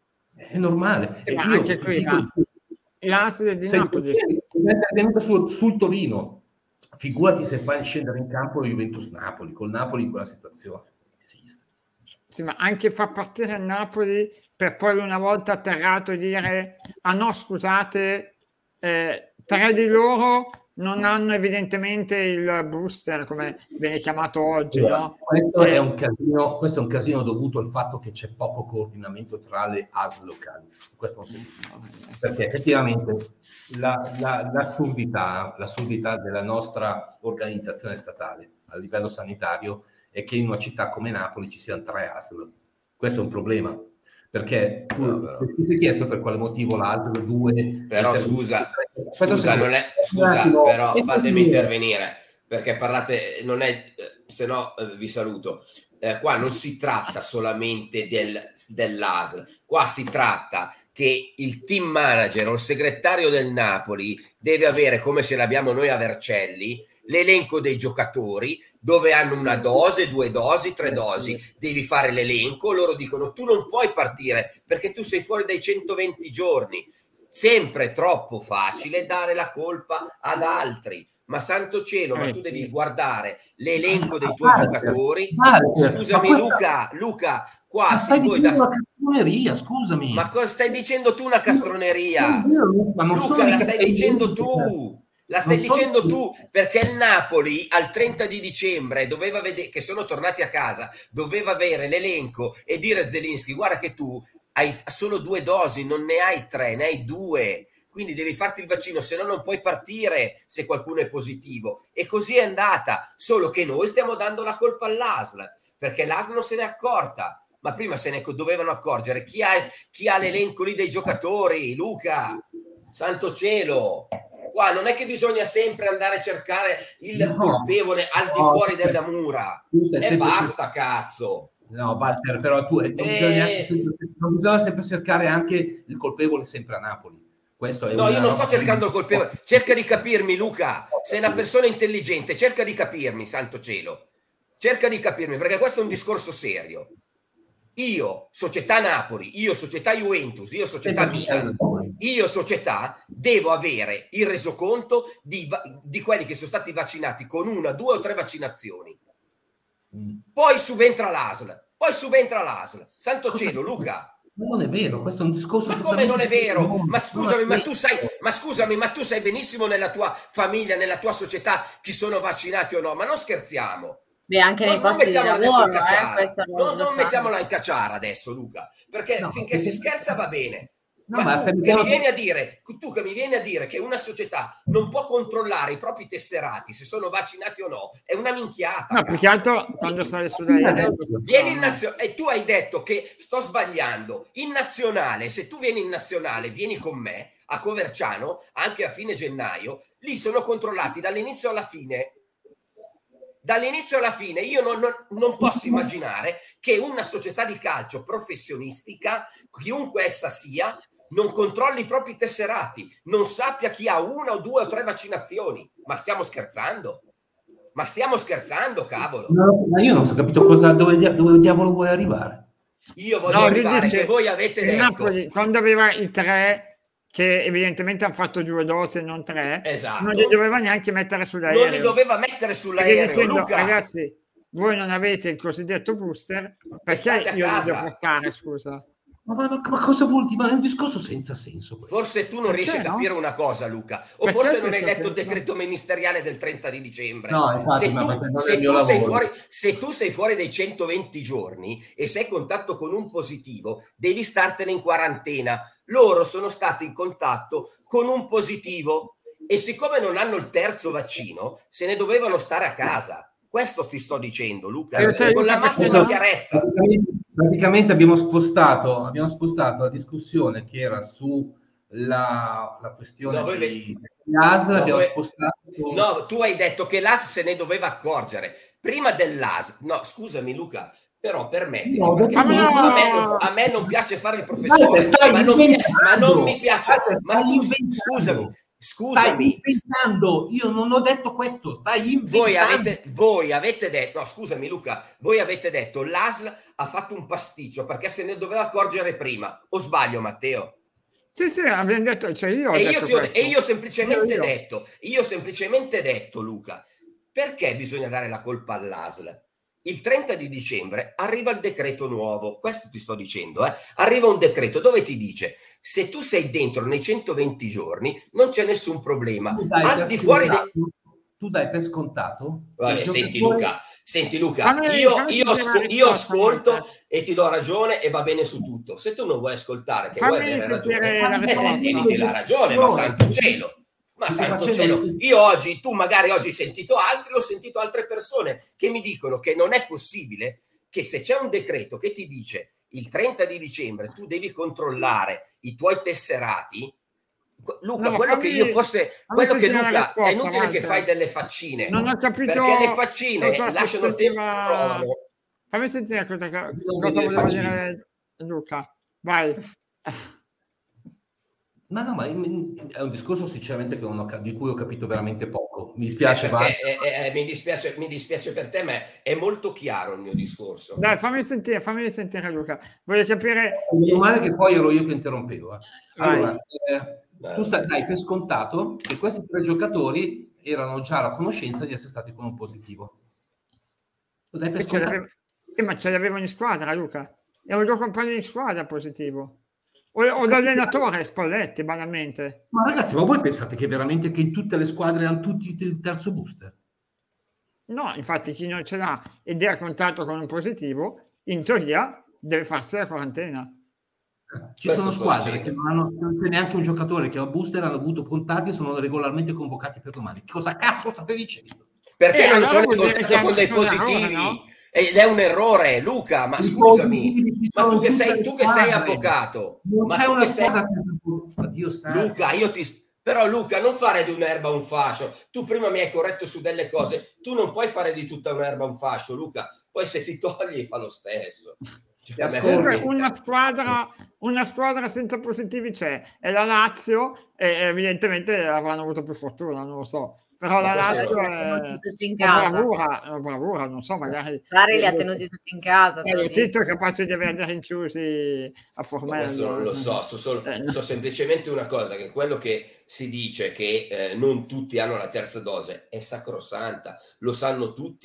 è normale. Sì, E ma io anche qui dico, la- l'A S di se Napoli, è venuto sul, sul Torino, figurati se fai scendere in campo lo Juventus-Napoli, col Napoli in quella situazione. Esiste. sì, ma anche far partire il Napoli per poi una volta atterrato dire ah no scusate, eh, tre di loro non hanno evidentemente il booster come viene chiamato oggi, no? Questo, Eh, è un casino, questo è un casino dovuto al fatto che c'è poco coordinamento tra le A S locali. Questo non si perché effettivamente la, la, l'assurdità, l'assurdità della nostra organizzazione statale a livello sanitario è che in una città come Napoli ci siano tre A S L. Questo è un problema, perché No, tu ti sei chiesto per quale motivo l'A S L due... Però scusa, Aspetta, scusa, non è, scusa attimo, però e fatemi così- intervenire, perché parlate, non è, eh, se no eh, vi saluto. Eh, qua non si tratta solamente del, dell'A S L, qua si tratta che il team manager o il segretario del Napoli deve avere, come ce l'abbiamo noi a Vercelli, l'elenco dei giocatori dove hanno una dose, due dosi, tre dosi, devi fare l'elenco, loro dicono tu non puoi partire perché tu sei fuori dai centoventi giorni. Sempre troppo facile dare la colpa ad altri, ma santo cielo, ma tu devi guardare l'elenco dei tuoi giocatori. Scusami Luca, Luca, qua ma stai si voi dicendo da... una castroneria, scusami. Ma cosa stai dicendo tu una castroneria? Ma non sono Luca, la mica stai dei dicendo minuti, tu. La stai non sono- dicendo tu perché il Napoli al trenta di dicembre doveva vedere che sono tornati a casa, doveva avere l'elenco e dire a Zelinski guarda che tu hai solo due dosi, non ne hai tre, ne hai due, quindi devi farti il vaccino, se no non puoi partire se qualcuno è positivo. E così è andata, solo che noi stiamo dando la colpa all'A S L perché l'A S L non se n'è accorta, ma prima se ne dovevano accorgere chi ha, chi ha l'elenco lì dei giocatori. Luca, santo cielo, qua non è che bisogna sempre andare a cercare il No, colpevole al di no, fuori della mura tu sei e sempre- basta, cazzo. No, Walter, però tu non, Eh. bisogna, neanche sempre, non bisogna sempre cercare anche il colpevole sempre a Napoli. Questo è No, una io non sto roba- cercando il colpevole, cerca di capirmi Luca, sei una persona intelligente, cerca di capirmi, santo cielo, cerca di capirmi perché questo è un discorso serio. Io, società Napoli, io, società Juventus, io, società Milan, io, società, devo avere il resoconto di, di quelli che sono stati vaccinati con una, due o tre vaccinazioni. Mm. Poi subentra l'A S L, poi subentra l'A S L. Santo cielo, Luca, Ma non è vero, questo è un discorso. Ma come non è vero? Ma scusami, ma tu sai, ma scusami, ma tu sai benissimo nella tua famiglia, nella tua società chi sono vaccinati o no, ma non scherziamo. Beh, anche non nei posti di mettiamola lavoro, adesso in cacciara. eh, non, non mettiamola in cacciara adesso, Luca, perché No, finché si scherza va bene. No, ma, ma tu, che sentiamo- mi vieni a dire, tu che mi vieni a dire che una società non può controllare i propri tesserati se sono vaccinati o no, è una minchiata. No, più che altro quando stai sull'aereo. Vieni in nazionale e tu hai detto che sto sbagliando. In nazionale, se tu vieni in nazionale, vieni con me a Coverciano anche a fine gennaio. Lì sono controllati dall'inizio alla fine. Dall'inizio alla fine io non, non, non posso immaginare che una società di calcio professionistica, chiunque essa sia, non controlli i propri tesserati, non sappia chi ha una o due o tre vaccinazioni. Ma stiamo scherzando? Ma stiamo scherzando, cavolo? No, ma io non ho capito cosa, dove, dove diavolo vuoi arrivare. Io voglio No, arrivare dice, che voi avete il detto... Napoli, quando aveva i tre, che evidentemente hanno fatto due dosi e non tre, Esatto. non li doveva neanche mettere sull'aereo. Non li doveva mettere sull'aereo, dicendo, Luca. ragazzi, voi non avete il cosiddetto booster, perché io li devo portare, scusa? Ma, ma, ma cosa vuol dire? Ma è un discorso senza senso questo. Forse tu non Perché riesci a capire no? una cosa, Luca, o Perché forse non hai senza letto il senso? decreto ministeriale del trenta di dicembre. No, infatti, se, ma tu, perché non è se, il mio tu sei lavoro. fuori, se tu sei fuori dai centoventi giorni e sei in contatto con un positivo, devi startene in quarantena. Loro sono stati in contatto con un positivo e siccome non hanno il terzo vaccino, se ne dovevano stare a casa. Questo ti sto dicendo, Luca, Se te- con la Luca, massima esatto. chiarezza. Praticamente, praticamente abbiamo spostato, abbiamo spostato la discussione che era su la, la questione No, voi di l'A S L, No, abbiamo voi- spostato su... No, tu hai detto che l'A S se ne doveva accorgere. Prima dell'A S, no, scusami Luca, però permettimi, No, perché ma tu- no! a, me non, a me non piace fare il professore, Stai- stai ma, non mi, inventando! ma non mi piace. Stai Ma tu, inventando! scusami, Stai scusami, inventando, io non ho detto questo, stai inventando. voi avete, voi avete detto, no scusami Luca, voi avete detto l'A S L ha fatto un pasticcio perché se ne doveva accorgere prima, o sbaglio Matteo? Sì, sì, abbiamo detto, cioè io ho E io, detto ti ho, questo. e io semplicemente Io- io. detto, io semplicemente detto, Luca, perché bisogna dare la colpa all'A S L? Il trenta di dicembre arriva il decreto nuovo, questo ti sto dicendo, eh? Arriva un decreto dove ti dice se tu sei dentro nei centoventi giorni non c'è nessun problema. Tu dai Al per di fuori dei... scontato- tu dai per scontato che Vabbè, il senti giocatore- Luca, senti Luca, Fammi- io, fammi io, sentire la asco- io risposta, ascolto Walter. e ti do ragione e va bene su tutto. Se tu non vuoi ascoltare che Fammi vuoi avere sentire ragione, la eh, risposta. tieniti la ragione, ma santo cielo. Ma Stai santo facendo- cielo, io oggi, tu magari oggi hai sentito altri, ho sentito altre persone che mi dicono che non è possibile che se c'è un decreto che ti dice il trenta di dicembre tu devi controllare i tuoi tesserati, Luca, No, ma quello fammi- che io forse, fammi quello che sentire la Luca, risposta, è inutile che Walter. fai delle faccine, Non ho capito perché le faccine cosa lasciano il tempo che prospettiva- provano. Fammi sentire cosa, Non cosa vedere voleva faccine. dire Luca. Vai. Ma no, ma è un discorso sinceramente che non ho cap- di cui ho capito veramente poco. Mi dispiace, Eh, va. perché, eh, eh, mi, dispiace, mi dispiace per te, ma è molto chiaro il mio discorso. Dai, fammi sentire, fammi sentire Luca. Voglio capire. Meno male che poi ero io che interrompevo. eh. Vai. Allora, eh, tu sai, dai per scontato che questi tre giocatori erano già alla conoscenza di essere stati con un positivo. Lo dai per E ce scontato? l'avevo- eh, ma ce l'avevano in squadra, Luca. È un tuo compagno di squadra positivo. O, o l'allenatore Spalletti, banalmente. Ma ragazzi, ma voi pensate che veramente che in tutte le squadre hanno tutti il terzo booster? No, infatti chi non ce l'ha ed è a contatto con un positivo, in teoria deve farsi la quarantena. Ci Questo sono sto squadre dicendo. che non hanno non c'è neanche un giocatore che ha booster, hanno avuto contatti e sono regolarmente convocati per domani. Cosa cazzo state dicendo? Perché Eh, non allora sono vuol in dire contatto che con dei anche sono errore, positivi. no? Ed è un errore, Luca, ma I scusami, positivi ci ma sono tu che in sei, tutte tu le che sei squadre. avvocato, Non ma c'è tu una che sei... squadra senza Dio sa. Luca, io ti... Però Luca, non fare di un'erba un fascio. Tu prima mi hai corretto su delle cose. Tu non puoi fare di tutta un'erba un fascio, Luca. Poi se ti togli fa lo stesso. Cioè, a me Comunque veramente- una squadra, una squadra senza positivi c'è, è la Lazio e evidentemente avranno avuto più fortuna, non lo so. Però Ma la questo Lazio è- è tutti in una casa. bravura, è una bravura, non so, magari... Sarri li ha tenuti tutti in casa. te lo Eh, dico. Tito è capace di averli rinchiusi a Ma Formello. questo non lo so, so, solo- Eh, no. so semplicemente una cosa, che quello che si dice che eh, non tutti hanno la terza dose è sacrosanta, lo sanno tutti.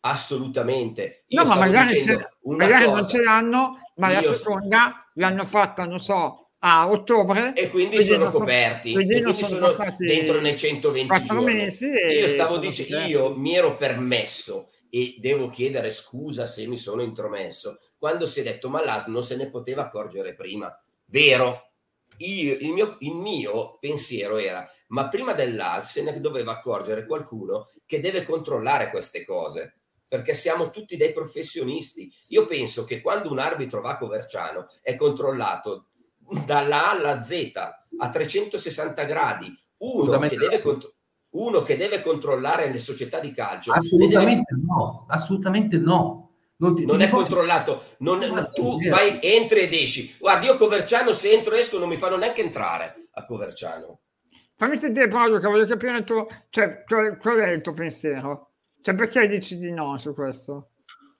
assolutamente. Io no, ma magari, magari cosa, non ce l'hanno, ma io la seconda l'hanno fatta, non so, a ottobre. E quindi sono coperti, quindi e quindi sono, sono dentro nei centoventi giorni. Mesi io stavo dicendo, io mi ero permesso, e devo chiedere scusa se mi sono intromesso, quando si è detto ma l'A S non se ne poteva accorgere prima. Vero, io, il, mio, il mio pensiero era, ma prima dell'A S se ne doveva accorgere qualcuno che deve controllare queste cose, perché siamo tutti dei professionisti. Io penso che quando un arbitro va a Coverciano è controllato dalla A alla Z a trecentosessanta gradi, uno che deve contro- uno che deve controllare le società di calcio. Assolutamente deve... no, assolutamente no. Non, ti, non ti è controllato, non, non, tu vai, entri ed esci. Guardi, io a Coverciano se entro e esco non mi fanno neanche entrare a Coverciano. Fammi sentire Paolo, che voglio capire il tuo, cioè, qual, qual è il tuo pensiero? Cioè, perché dici di no su questo?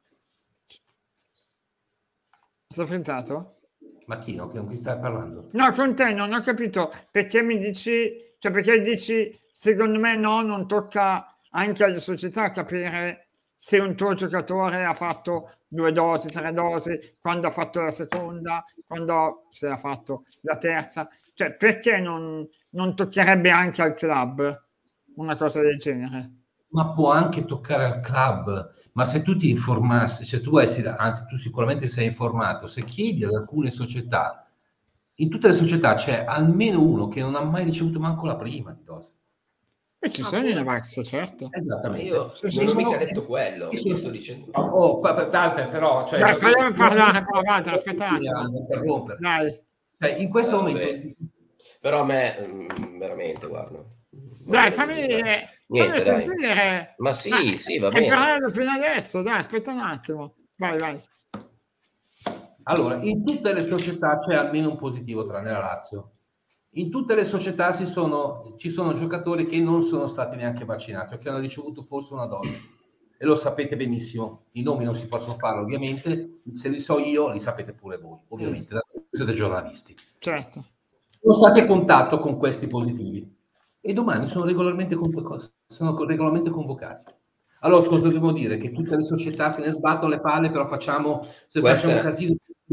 Sei frizzato? Ma chi, no? Con chi stai parlando? No, con te non ho capito perché mi dici, cioè perché dici secondo me no, non tocca anche alle società capire se un tuo giocatore ha fatto due dosi, tre dosi, quando ha fatto la seconda, quando se ha fatto la terza, cioè perché non, non toccherebbe anche al club una cosa del genere? Ma può anche toccare al club, ma se tu ti informassi, se tu hai, anzi tu sicuramente sei informato, se chiedi ad alcune società, in tutte le società c'è almeno uno che non ha mai ricevuto manco la prima di dose. E ci sono i Novax, certo. Esattamente. Io se non ho sono... mica detto quello, io sto dicendo. Oh, però... Cioè, dai, fammi parlare, Paolo, aspettate. Dai. Cioè, in questo Vabbè. momento... Però a me, veramente, guarda. Dai, fammi, Niente, fammi dai. sentire. Ma sì, Ma sì, va è bene. parlato fino adesso, dai, aspetta un attimo. Vai, vai. Allora, in tutte le società c'è almeno un positivo, tranne la Lazio. In tutte le società ci sono, ci sono giocatori che non sono stati neanche vaccinati o che hanno ricevuto forse una dose. E lo sapete benissimo. I nomi non si possono fare, ovviamente. Se li so io, li sapete pure voi, ovviamente. Mm. Siete giornalisti. Certo. Sono stati a contatto con questi positivi. E domani sono regolarmente, conv- sono regolarmente convocati. Allora, cosa dobbiamo dire? Che tutte le società se ne sbattono le palle, però facciamo, se Questa facciamo casino...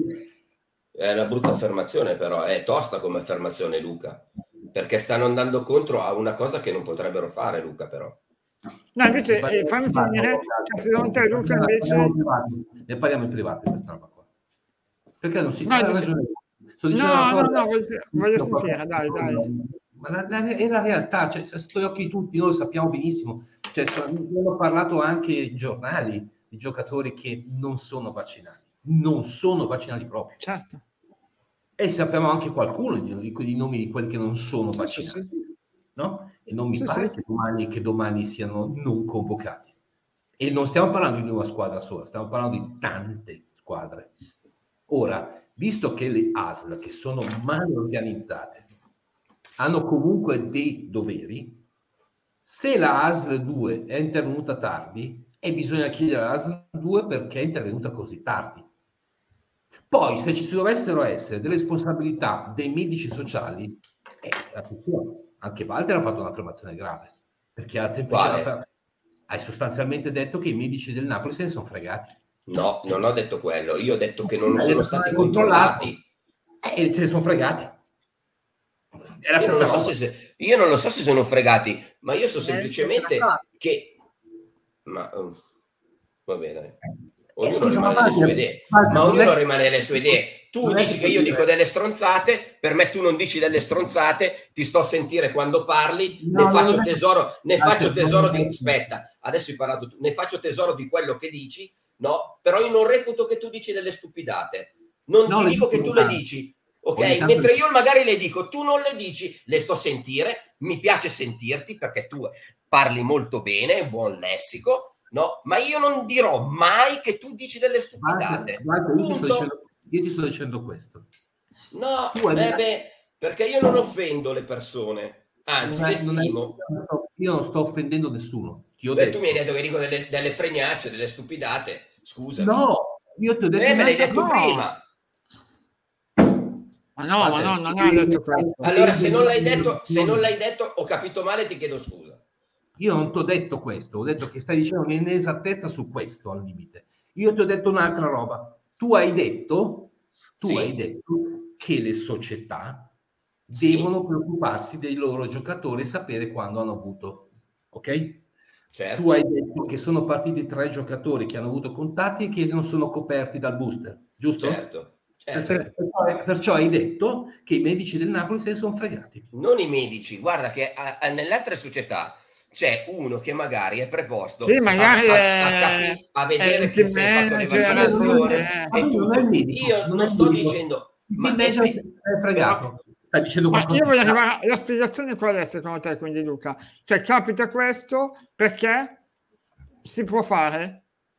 È una brutta affermazione, però è tosta come affermazione, Luca, perché stanno andando contro a una cosa che non potrebbero fare, Luca, però. No, invece, eh, fammi finire, cioè, secondo te, Luca, invece... Ne parliamo in privato di questa roba qua. Perché non si... No, No, dice... no, no, no, voglio, voglio sentire, dai, dai. Ma la, la, è la realtà, cioè, sotto gli occhi di tutti, noi lo sappiamo benissimo. Cioè, hanno parlato anche i giornali di giocatori che non sono vaccinati. Non sono vaccinati proprio. Certo. E sappiamo anche qualcuno di, di, di nomi di quelli che non sono sì, vaccinati. Sì, sì. No? E non mi sì, pare sì. Che, domani, che domani siano non convocati. E non stiamo parlando di una squadra sola, stiamo parlando di tante squadre. Ora, visto che le A S L, che sono male organizzate, hanno comunque dei doveri, se la A S L due è intervenuta tardi, e bisogna chiedere alla A S L due perché è intervenuta così tardi. Poi, se ci dovessero essere delle responsabilità dei medici sociali, eh, attenzione, anche Walter ha fatto un'affermazione grave, perché ha, semplicemente, hai sostanzialmente detto che i medici del Napoli se ne sono fregati. No, non ho detto quello, io ho detto che non sono stati controllati. E se ne sono fregati. Io non, so se, io non lo so se sono fregati, ma io so semplicemente che... Ma uh, va bene. Ognuno eh, scusa, rimane le sue idee, ma, ma ognuno è... rimane le sue idee. Tu dici che io dico delle stronzate, per me tu non dici delle stronzate, ti sto a sentire quando parli, no, ne faccio tesoro, ne faccio tesoro di... Aspetta, adesso hai parlato tu, ne faccio tesoro di quello che dici, no? Però io non reputo che tu dici delle stupidate. Non no, ti dico che tu le dici, ok? Mentre io magari le dico, tu non le dici, le sto a sentire, mi piace sentirti perché tu parli molto bene, buon lessico, no, ma io non dirò mai che tu dici delle stupidate. Guarda, guarda, io, ti sto dicendo, io ti sto dicendo questo. No, beh, beh, perché io non offendo le persone, anzi, non le è, stimo. Non è, io non sto offendendo nessuno. Ti ho beh, detto. Tu mi hai detto che dico delle, delle fregnacce, delle stupidate. Scusa. No, io ti ho detto. Eh, me l'hai detto no. prima. Ma no, ma no, non hai detto questo. Allora, se non l'hai detto, se non l'hai detto, ho capito male, ti chiedo scusa. Io non ti ho detto questo, ho detto che stai dicendo un'inesattezza su questo al limite. Io ti ho detto un'altra roba. Tu hai detto, tu Sì. hai detto che le società Sì. devono preoccuparsi dei loro giocatori e sapere quando hanno avuto, ok? Certo. Tu hai detto che sono partiti tre giocatori che hanno avuto contatti e che non sono coperti dal booster, giusto? Certo, certo. Perciò, perciò hai detto che i medici del Napoli se ne sono fregati. Non i medici, guarda che a, a, nelle altre società c'è uno che magari è preposto sì, magari a, a, è, a, capi, a vedere è che si è fatto manager, l'evaccinazione eh. e tutto. Non è il medico, Io non non è sto medico. dicendo, Il ma team è, manager è fregato. però, Stai dicendo Ma qualcosa io voglio di arrivare, la spiegazione qual è secondo te quindi Luca? Cioè capita questo perché si può fare?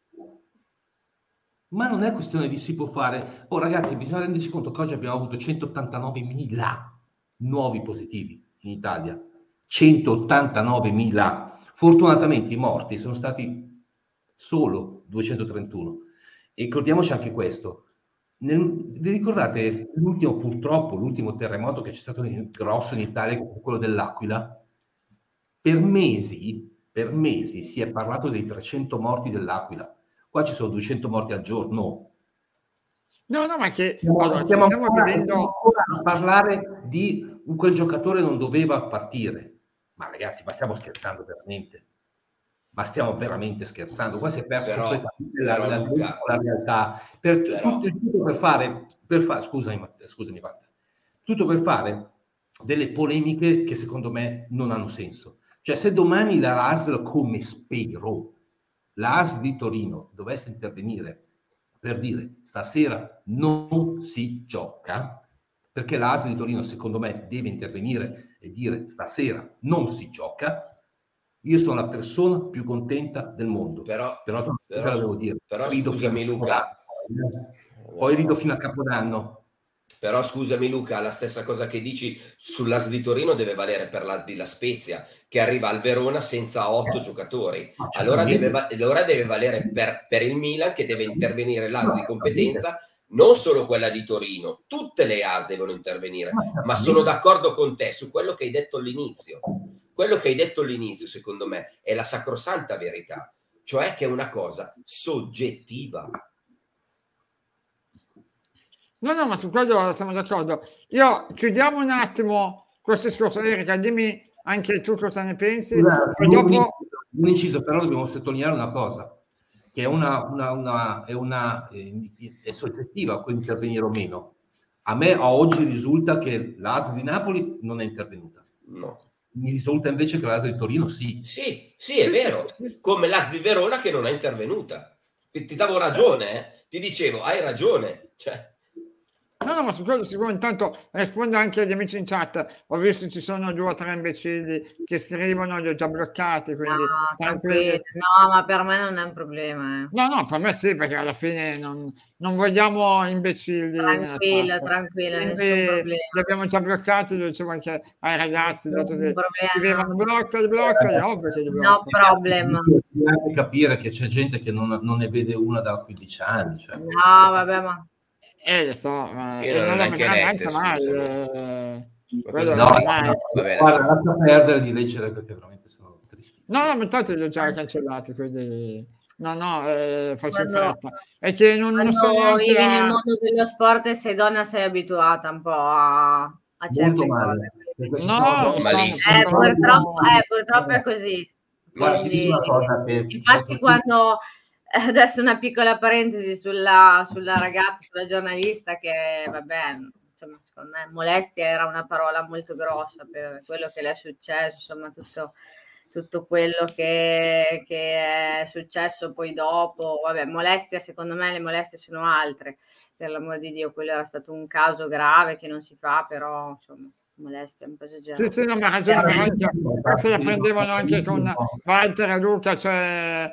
Ma non è questione di si può fare. Oh ragazzi, bisogna rendersi conto che oggi abbiamo avuto centottantanovemila nuovi positivi in Italia. centottantanovemila. Fortunatamente i morti sono stati solo duecentotrentuno. E ricordiamoci anche questo. Nel, vi ricordate l'ultimo, purtroppo, l'ultimo terremoto che c'è stato in, grosso in Italia, che è quello dell'Aquila? Per mesi, per mesi si è parlato dei trecento morti dell'Aquila. Qua ci sono duecento morti al giorno. No, no, ma che Stiamo, allora, stiamo stiamo ancora, vivendo... stiamo ancora a parlare di quel giocatore non doveva partire. Ma ragazzi, ma stiamo scherzando veramente? Ma stiamo veramente scherzando? Qua si è perso però, completamente però la, la, Luca, la realtà. Per, però, tutto, tutto per fare, per fare, scusami, scusami, Walter, tutto per fare delle polemiche che secondo me non hanno senso. Cioè, se domani la R A S, come spero, la A S di Torino dovesse intervenire per dire stasera non si gioca, perché la A S di Torino secondo me deve intervenire e dire stasera non si gioca, io sono la persona più contenta del mondo. però, Però, però, però devo dire, però rido scusami fino a Luca, Capodanno. Poi rido fino a Capodanno. Però scusami Luca, la stessa cosa che dici sull'A S di Torino deve valere per la di La Spezia, che arriva al Verona senza otto giocatori. Allora deve, allora deve valere per, per il Milan, che deve intervenire l'A S di competenza, non solo quella di Torino. Tutte le A S devono intervenire. Ma sono d'accordo con te su quello che hai detto all'inizio. Quello che hai detto all'inizio, secondo me, è la sacrosanta verità. Cioè che è una cosa soggettiva. No, no, ma su quello siamo d'accordo. Io chiudiamo un attimo questo discorso. Erika, dimmi anche tu cosa ne pensi. Scusa, Poi un, dopo... inciso, un inciso, però dobbiamo sottolineare una cosa, che è una, una, una, è, una eh, è soggettiva può intervenire o meno. A me a oggi risulta che l'A S di Napoli non è intervenuta. No. Mi risulta invece che l'A S di Torino sì. Sì, sì, è vero. Come l'A S di Verona che non è intervenuta. Ti, ti davo ragione, eh? Ti dicevo, hai ragione. Cioè... No, no, ma su quello sicuro intanto rispondo anche agli amici in chat. Ho visto ci sono due o tre imbecilli che scrivono, li ho già bloccati, quindi No, tranquilli. tranquillo. No, ma per me non è un problema. Eh. No, no, per me sì, perché alla fine non, non vogliamo imbecilli. Tranquilla, tranquilla, nessun problema. Li abbiamo già bloccati, lo dicevo anche ai ragazzi, dato che scrivevano blocca, li blocca, è ovvio che li blocca. No problem. Devi anche capire che c'è gente che non, non ne vede una da quindici anni. Cioè. No, vabbè, ma... Eh, lo so, ma Io non, non lo ho vedrà neanche neanche mai. letto, Eh, quello no, no, no, vabbè, guarda, lascia perdere di leggere perché veramente sono tristissimo. no, no, ma tanto li ho già cancellati, quindi no, no, eh, faccio Quando, fretta. È che non, non so quando neanche vivi la... nel mondo dello sport e sei donna sei abituata un po' a, a certe male. cose. No, malissimo. Eh, purtroppo, eh, purtroppo è così. Quindi, che... infatti quando adesso una piccola parentesi sulla, sulla ragazza, sulla giornalista che vabbè, insomma, secondo me molestia era una parola molto grossa per quello che le è successo, insomma tutto, tutto quello che, che è successo poi dopo, vabbè, molestia, secondo me le molestie sono altre, per l'amor di Dio, quello era stato un caso grave che non si fa, però insomma molestia un po' esagerata. Sì, sì, no, ma ragione, se la prendevano anche con Walter e Luca, cioè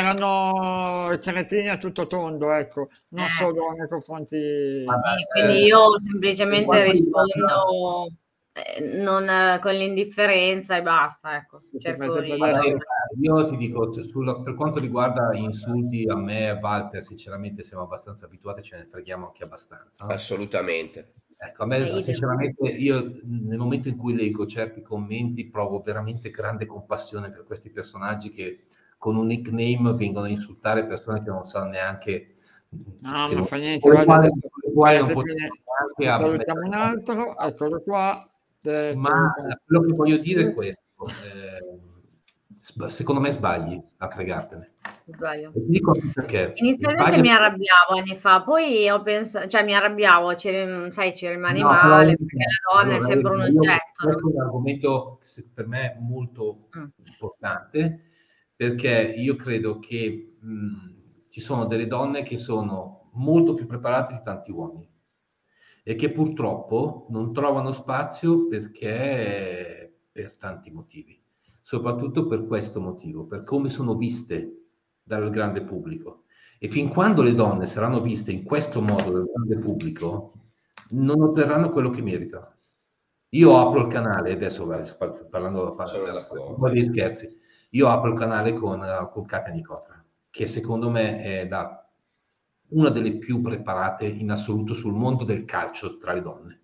erano cretini a tutto tondo, ecco, non Eh. solo nei confronti... Sì, quindi io semplicemente rispondo eh, non, eh, con l'indifferenza e basta, ecco. Cerco di... Io ti dico, sul, per quanto riguarda insulti a me e a Walter, sinceramente siamo abbastanza abituati, ce ne freghiamo anche abbastanza. No? Assolutamente. Ecco, a me sinceramente, io nel momento in cui leggo certi commenti provo veramente grande compassione per questi personaggi che con un nickname vengono a insultare persone che non sanno neanche... No, che ma non, fa niente, guarda, quali, adesso, quali adesso non fine, neanche ne a salutiamo un mettere- altro, eccolo qua. De- Ma quello che voglio dire è questo, eh, sb- secondo me sbagli a fregartene. Sbaglio. E ti dico anche perché. Inizialmente Sbagli- mi arrabbiavo anni fa, poi ho pensato, cioè mi arrabbiavo, ci, sai, ci rimani No, però male, io- perché la donna allora, è sempre un io- oggetto. questo no? è un argomento se- per me molto Mm. importante, perché io credo che mh, ci sono delle donne che sono molto più preparate di tanti uomini e che purtroppo non trovano spazio perché per tanti motivi, soprattutto per questo motivo, per come sono viste dal grande pubblico. E fin quando le donne saranno viste in questo modo dal grande pubblico, non otterranno quello che meritano. Io apro il canale, adesso vai, sto parlando Sono un d'accordo. po' di scherzi, io apro il canale con, eh, con Katia Nicotra, che secondo me è la- una delle più preparate in assoluto sul mondo del calcio tra le donne.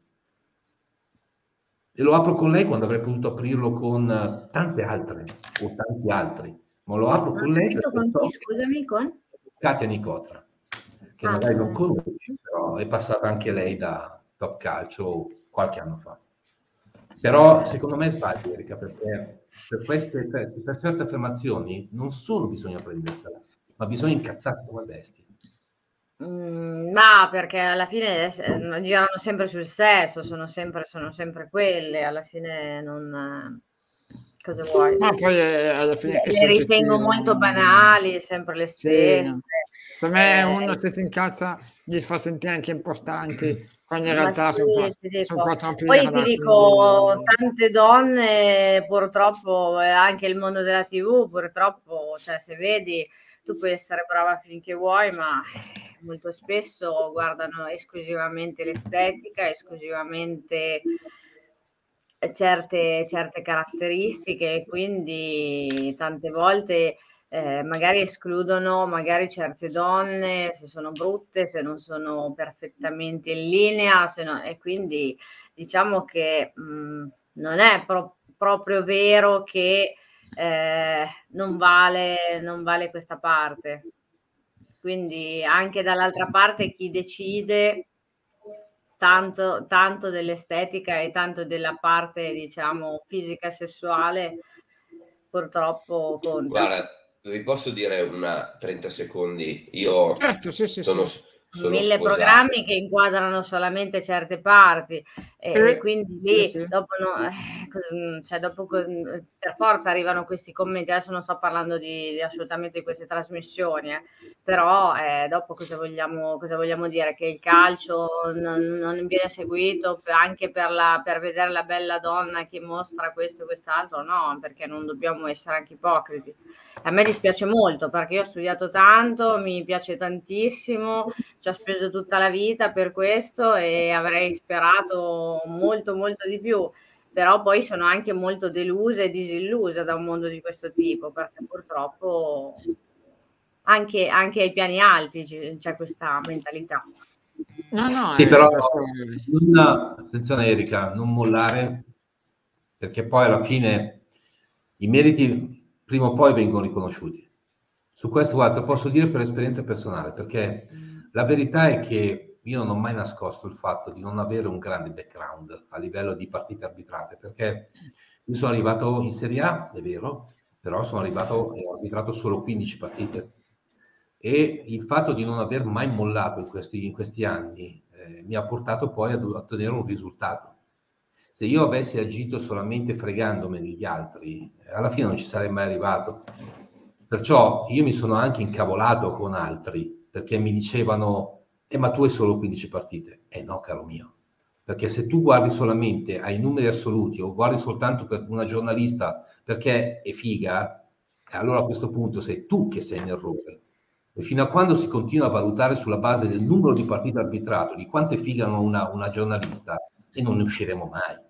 E lo apro con lei quando avrei potuto aprirlo con eh, tante altre, o tanti altri, ma lo apro Non con ho lei capito perché con so chi, che- scusami, con? Katia Nicotra, che Ah, magari non eh. conosci, però è passata anche lei da Top Calcio qualche anno fa. Però secondo me sbagli, Erika, perché per, queste, per, per certe affermazioni non solo bisogna prendersela, ma bisogna incazzarsi come bestie. Mm, ma perché alla fine eh, girano sempre sul sesso, sono sempre, sono sempre quelle, alla fine non... eh, cosa vuoi? Ma poi eh, alla fine è Le ritengo soggettivo. molto banali, sempre le Sì, stesse. per me Eh, uno se si incazza gli fa sentire anche importanti, quando in Ma realtà sono sì, qua, ti son dico. quattro Poi ti pirla, dico, quindi... tante donne, purtroppo, e anche il mondo della T V, purtroppo, cioè, se vedi, tu puoi essere brava finché vuoi, ma eh, molto spesso guardano esclusivamente l'estetica, esclusivamente certe, certe caratteristiche, e quindi tante volte eh, magari escludono magari certe donne se sono brutte, se non sono perfettamente in linea, se no, e quindi diciamo che mh, non è pro- proprio vero che eh, non vale, non vale questa parte. Quindi anche dall'altra parte chi decide tanto, tanto dell'estetica e tanto della parte, diciamo, fisica sessuale, purtroppo conta. Guarda, vi posso dire una trenta secondi? Io Certo, sì, sì, sono, sì. sono Mille sposato. programmi che inquadrano solamente certe parti e, Eh, e quindi sì, lì sì. dopo, no, eh, cos- cioè dopo co- per forza arrivano questi commenti. Adesso non sto parlando di, di assolutamente di queste trasmissioni, eh, però eh, dopo cosa vogliamo, cosa vogliamo dire? Che il calcio non, non viene seguito per- anche per, la, per vedere la bella donna che mostra questo e quest'altro? No, perché non dobbiamo essere anche ipocriti. A me dispiace molto perché io ho studiato tanto, mi piace tantissimo, ci ho speso tutta la vita per questo e avrei sperato molto molto di più, però poi sono anche molto delusa e disillusa da un mondo di questo tipo, perché purtroppo anche, anche ai piani alti c'è, c'è questa mentalità. No, no, Sì, eh, però questo- non, attenzione Erika, non mollare, perché poi alla fine i meriti prima o poi vengono riconosciuti. Su questo, guarda, posso dire per esperienza personale, perché la verità è che io non ho mai nascosto il fatto di non avere un grande background a livello di partite arbitrate, perché io sono arrivato in Serie A, è vero, però sono arrivato e ho arbitrato solo quindici partite. E il fatto di non aver mai mollato in questi, in questi anni eh, mi ha portato poi ad ottenere un risultato. Se io avessi agito solamente fregandomi degli altri, eh, alla fine non ci sarei mai arrivato. Perciò io mi sono anche incavolato con altri, perché mi dicevano, eh ma tu hai solo quindici partite. Eh no, caro mio, perché se tu guardi solamente ai numeri assoluti o guardi soltanto per una giornalista perché è figa, allora a questo punto sei tu che sei in errore. E fino a quando si continua a valutare sulla base del numero di partite arbitrato, di quanto è figa una, una giornalista, e non ne usciremo mai.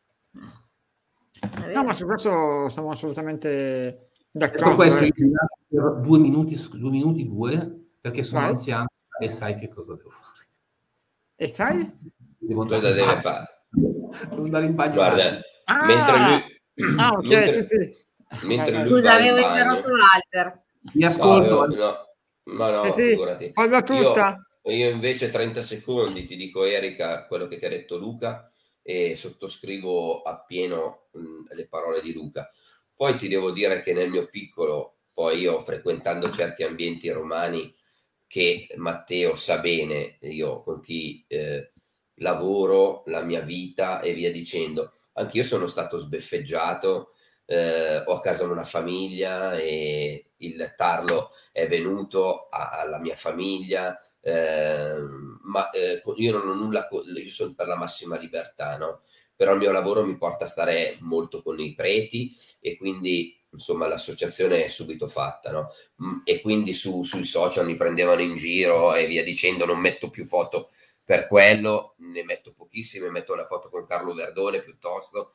No, ma su questo siamo assolutamente Detto d'accordo. questo, eh. io ti lascio per due minuti, due minuti, due, perché sono Vai. anziano e sai che cosa devo fare. E sai? Devo Cosa andare in deve bagno. fare? Devo andare in bagno. Guarda, Ah! mentre lui... Ah, ok, mentre, sì, sì. mentre Vai, vai. lui Scusa, va in avevo bagno... interrotto Walter. Vi No, ascolto. avevo- no, ma Sì, no, sì, figurati. falla Io, tutta. io invece trenta secondi ti dico, Erika, quello che ti ha detto Luca, e sottoscrivo appieno mh, le parole di Luca. Poi ti devo dire che nel mio piccolo, poi io frequentando certi ambienti romani che Matteo sa bene, io con chi eh, lavoro, la mia vita e via dicendo, anch'io sono stato sbeffeggiato, eh, ho a casa una famiglia e il tarlo è venuto a- alla mia famiglia, eh, ma eh, io non ho nulla, co- io sono per la massima libertà, no? Però il mio lavoro mi porta a stare molto con i preti e quindi insomma l'associazione è subito fatta, no? Mm, e quindi su, sui social mi prendevano in giro e via dicendo, non metto più foto per quello, ne metto pochissime, metto la foto con Carlo Verdone piuttosto,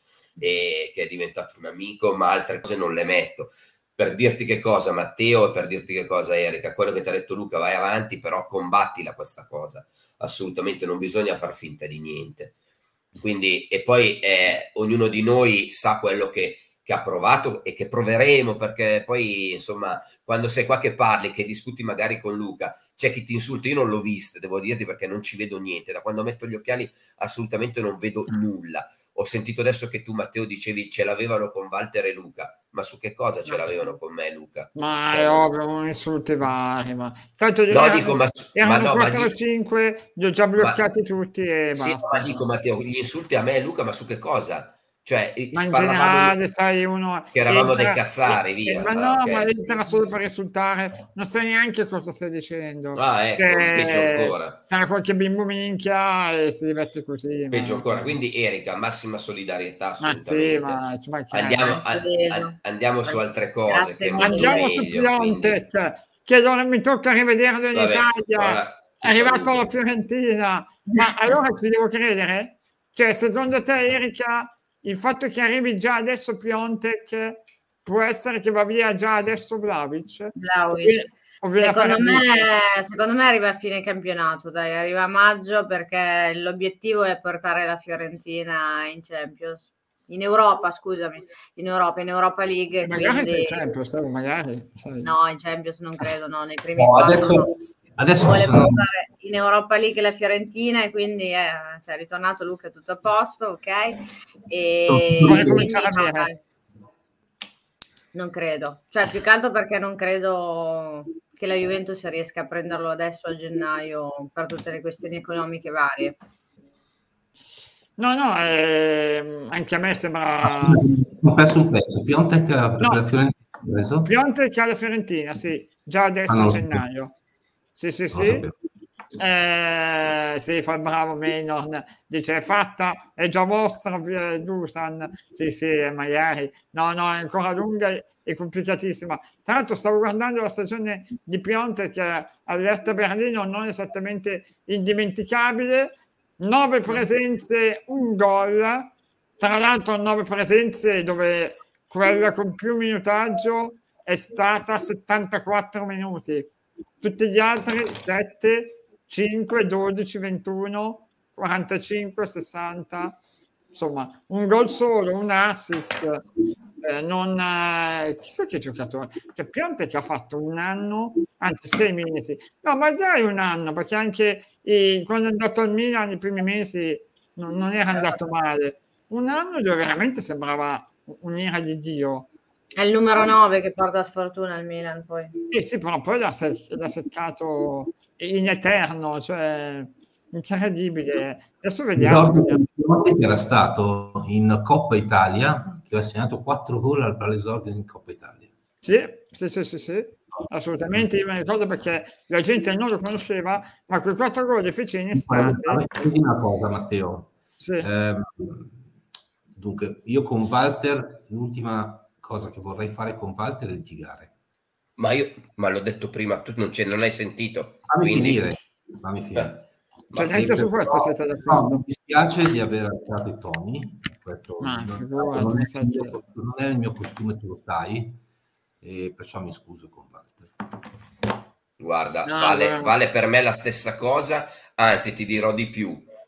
e che è diventato un amico, ma altre cose non le metto. Per dirti che cosa, Matteo, e per dirti che cosa, Erika, quello che ti ha detto Luca, vai avanti, però combattila questa cosa, assolutamente non bisogna far finta di niente. Quindi, e poi eh, ognuno di noi sa quello che, che ha provato e che proveremo, perché poi insomma quando sei qua che parli, che discuti magari con Luca, c'è chi ti insulta, io non l'ho vista, devo dirti, perché non ci vedo niente, da quando metto gli occhiali assolutamente non vedo nulla. Ho sentito adesso che tu, Matteo, dicevi ce l'avevano con Walter e Luca, ma su che cosa ce l'avevano con me, Luca? Ma Cioè, è non- ovvio, non insulti vari, ma tanto no, erano, dico, ma, ma erano no, ma, quattro o di- cinque, li ho già ma bloccati tutti e sì, no, ma basta. dico, Matteo, gli insulti a me e Luca, ma su che cosa? Cioè, eh, Ma in parlavamo io- generale, sai, uno che eravamo dei entra, cazzari, e- e- via. ma Ah, no, ma ok. entra solo per insultare, non sai neanche cosa stai dicendo. Ah, ecco, peggio Cioè, ancora. sarà qualche bimbo minchia e si diverte così, Peggio ma, ancora. Quindi, Erika, massima solidarietà ma sì, assolutamente. ma ci mancherebbe. Andiamo, a- Tranquillo. a- andiamo su altre cose che Grazie è molto mille. Andiamo su meglio. Quindi, Piontek, che non mi tocca rivederlo in vabbè, Italia, ora è ti arrivato alla saluto. Fiorentina. Ma allora ci devo credere? Cioè, secondo te, Erika, il fatto che arrivi già adesso Piontek può essere che va via già adesso Vlahovic? O Vlahovic. viene, o viene a fare Secondo me, busta? secondo me arriva a fine campionato, dai, arriva a maggio perché l'obiettivo è portare la Fiorentina in Champions, in Europa, scusami, in Europa, in Europa League, Magari quindi c'è Champions, eh, magari. Sai. no, in Champions non credo, no, nei primi No, quattro adesso, no. adesso Vuole possiamo... portare in Europa League la Fiorentina e quindi eh, se è ritornato Luca tutto a posto, ok? E Vuole quindi cominciare a no, bere. dai. Non credo, cioè più che altro perché non credo che la Juventus riesca a prenderlo adesso a gennaio per tutte le questioni economiche varie. No, no, ehm, anche a me Ah, sembra... scusami, ho perso un pezzo. Piontek per No, la Fiorentina ha preso? Piontek alla Fiorentina, sì, già Ah, adesso non a lo sapevo. gennaio. Sì, sì, Non lo sì. sapevo. Eh, sì, fa il bravo Maynard, dice è fatta, è già vostra via Dusan. Sì, sì, magari. No, no, è ancora lunga e complicatissima. Tra l'altro stavo guardando la stagione di Piontek all'Hertha Berlino, non esattamente indimenticabile. Nove presenze, un gol. Tra l'altro nove presenze dove quella con più minutaggio è stata settantaquattro minuti. Tutti gli altri sette, cinque, dodici, ventuno, quarantacinque, sessanta. Insomma, un gol solo, un assist. Eh, non, eh, chissà che giocatore. Cioè, Piontek che ha fatto un anno, anzi sei mesi. No, ma dai un anno, perché anche i- quando è andato al Milan i primi mesi non, non era andato male. Un anno dove veramente sembrava un'ira di Dio. È il numero nove che porta sfortuna al Milan poi. Eh sì, però poi l'ha, sec- l'ha seccato in eterno, cioè incredibile. Adesso vediamo. Ricordo vediamo. che era stato in Coppa Italia, che aveva segnato quattro gol al Palesordio in Coppa Italia. Sì, sì, sì, sì, sì, assolutamente. Io me ne ricordo perché la gente non lo conosceva, ma quei quattro gol li fece in estate. Dimmi una cosa, Matteo. Sì. Eh, dunque, io con Walter, l'ultima cosa che vorrei fare con Walter è litigare. Ma io, ma l'ho detto prima, tu non, non hai sentito. Fammi Quindi... finire. Fammi finire. Ma Cioè, neanche su questo siete d'accordo? No, mi dispiace di aver alzato i toni. Questo Ma non, figurati, non, è mi sa il mio, che- non è il mio costume, tu lo sai, e perciò mi scuso con Walter. Guarda, No, vale, guarda. vale per me la stessa cosa, anzi ti dirò di più.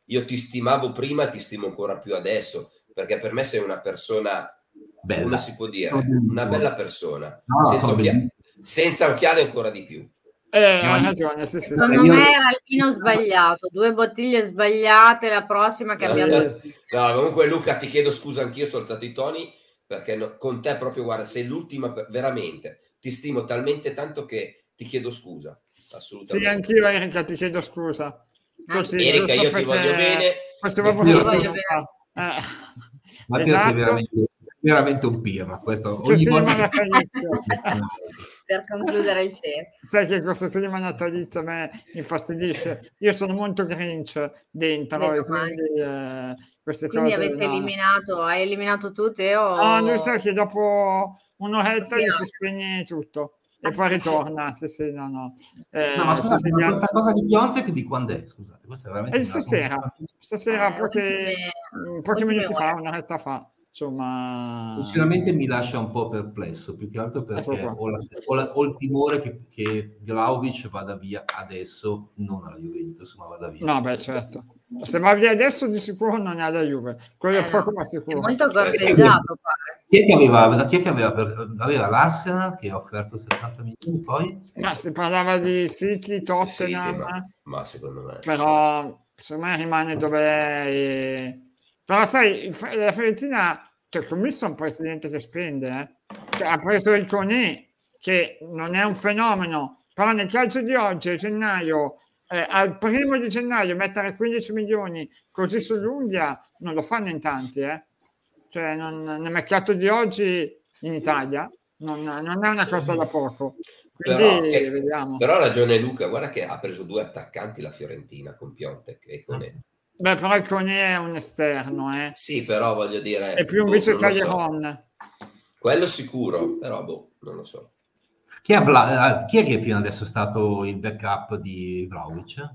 io ti stimavo prima, ti stimo ancora più adesso, perché per me sei una persona, bella. come si può dire, una bella persona, no, senza, occhiali, senza occhiali ancora di più. Eh, hai ragione, sì, sì, Secondo sì. me era il vino sbagliato, due bottiglie sbagliate, la prossima che abbiamo... No, comunque Luca, ti chiedo scusa, anch'io ho alzato i toni, perché no, con te proprio, guarda, sei l'ultima, veramente, ti stimo talmente tanto che ti chiedo scusa, assolutamente. Sì, anch'io Erika ti chiedo scusa. Così, Erika, io ti voglio bene. Io voglio bene. Eh. Matteo Esatto. sei veramente, veramente un pirla, questo C'è ogni il volta clima che... natalizio. Per concludere il cerchio. Sai che questo clima natalizio a me infastidisce. Io sono molto Grinch dentro e quindi eh, queste Quindi cose... avete no. eliminato, hai eliminato tu Teo? No, lui sa che dopo un'oretta Sì, gli no. si spegne tutto e poi ritorna. Sì, sì, no, no. Eh, No, ma scusate, sì, ma sì, questa cosa di Piontek di quando è? Scusate, questa è veramente E una stasera, stasera Eh, pochi, ultime- pochi ultime minuti fa, ore. un'oretta fa, insomma, Sinceramente mi lascia un po' perplesso, più che altro ecco perché qua. ho, la, ho, la, ho il timore che, che Vlahovic vada via adesso, non alla Juventus, ma vada via. No, beh, certo. Se va via adesso di sicuro non è alla Juve, quello Eh, è poco no. ma È sicuro. molto corteggiato, pare. Chi è che aveva, chi è che aveva, per, aveva l'Arsenal che ha offerto settanta milioni poi? Ma si parlava di City, Tottenham, Sì, ma, ma secondo me... però secondo me rimane dove è. E... Però sai, la Fiorentina, cioè, commesso è un presidente che spende, eh? Cioè, ha preso il Conè, che non è un fenomeno, però nel calcio di oggi, a gennaio, eh, al primo di gennaio, mettere quindici milioni così sull'unghia, non lo fanno in tanti, eh? Cioè, non, nel mercato di oggi in Italia non, non è una cosa da poco. Quindi Però, che, vediamo. però ha ragione Luca, guarda che ha preso due attaccanti la Fiorentina con Piontek e con E. Beh, però il Conè è un esterno, eh? Sì, però voglio dire... È più un boh, vice non lo so. Callejon. Quello sicuro, però boh, non lo so. Chi è, Vla- chi è che fino adesso è stato il backup di Vlahovic?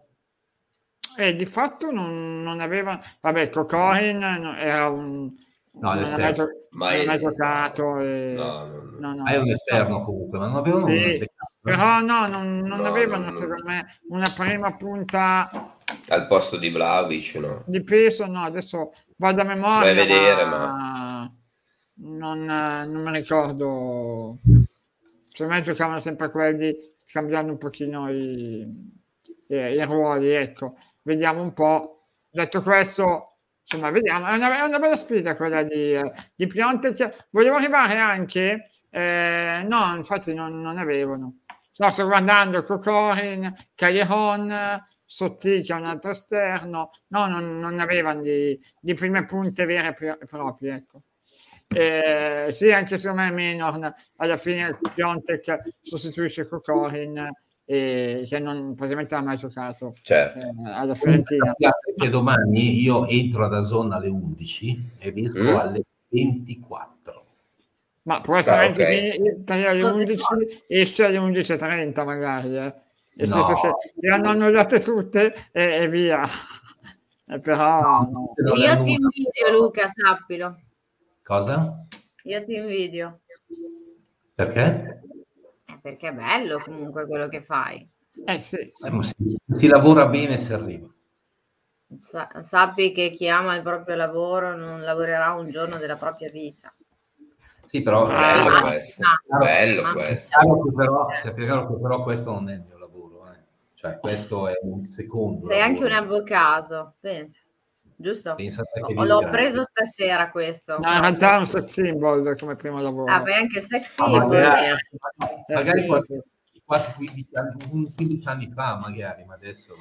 E di fatto non, non aveva... Vabbè, Kokorin era un... No, non ha mai, gio- Ma non ha mai è- giocato. E... No, no, no. no, no. Ah, è un esterno comunque, ma non avevano Sì, un backup. però no, non, non No, avevano no, no. secondo me una prima punta Al posto di Vlahovic, no. di peso, no, adesso vado a memoria, Vai a vedere, ma non, non mi ricordo. Secondo me giocavano sempre quelli, scambiando un pochino i, i, i ruoli, ecco. Vediamo un po'. Detto questo, insomma, vediamo. È una, è una bella sfida quella di, eh, di Piontek. Volevo arrivare anche... Eh, no, infatti non, non avevano. No, sto guardando Kokorin, Callejon, Sotti che è un altro esterno. No, non, non avevano di, di prime punte vere e proprie, ecco. Eh, sì, anche secondo me Menor alla fine il Piontek sostituisce Kokorin e che non praticamente non ha mai giocato Certo. eh, alla Fiorentina. Sappiate che domani io entro da zona alle undici e esco Mm? alle ventiquattro. Ma può essere Ah, anche ok. che alle undici esce alle undici e trenta magari, eh. Nel No. senso che le hanno annullate tutte e, e via. E però no. Non Io hanno ti una- invidio, Luca, sappilo. Cosa? Io ti invidio. Perché? Eh, perché è bello comunque quello che fai. Eh sì, Eh, ma si, si lavora bene se arriva. Sa- sappi che chi ama il proprio lavoro non lavorerà un giorno della propria vita. Sì, però Ah, Bello ah, questo. ah, Bello ah. questo. chiaro che però, sia chiaro che però questo non è il mio lavoro, eh. Cioè questo è un secondo Sei anche un lavoro. avvocato, pensa. Giusto? Pensate che Oh, l'ho disgrazia. preso stasera questo. no, in realtà è un sex symbol come primo lavoro. Ah, beh, anche sex Ah, symbol. magari Eh, magari sì, qualche- sì, sì. qualche quindici anni, quindici anni fa magari, ma adesso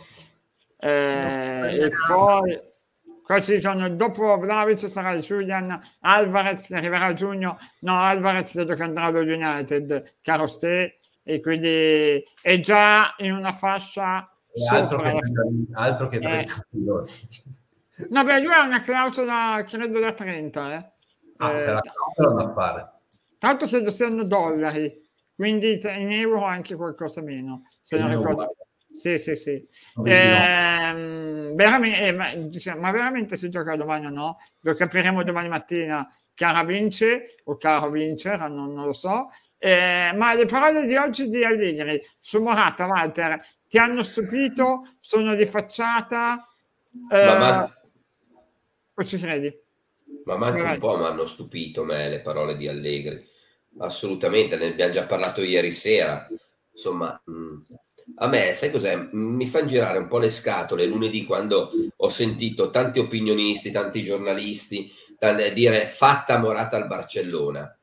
Eh, e poi qua ci dicono dopo Vlahovic sarà Julian Alvarez che arriverà a giugno. No, Alvarez credo che andrà allo United, caro Ste, e quindi è già in una fascia è altro sopra che, la... altro che Eh. trenta milioni. No, beh, lui ha una clausola credo da trenta, eh. Ah, se Eh, la clausola da fare. tanto credo siano dollari, quindi in euro anche qualcosa meno, se non Meno ricordo. uguale. Sì, sì, sì. Non vedi, no. Ehm, veramente, eh, ma, diciamo, ma veramente si gioca domani o no? Lo capiremo domani mattina. Cara vince o caro vincere, non, non lo so. Eh, ma le parole di oggi di Allegri su Morata, Walter, ti hanno stupito? Sono di facciata? Eh, Ma, ma, o ci credi? ma manco Vai. un po' mi hanno stupito me le parole di Allegri. Assolutamente, ne abbiamo già parlato ieri sera. Insomma, mh, a me, sai cos'è? Mi fanno girare un po' le scatole lunedì quando ho sentito tanti opinionisti, tanti giornalisti t- dire fatta Morata al Barcellona.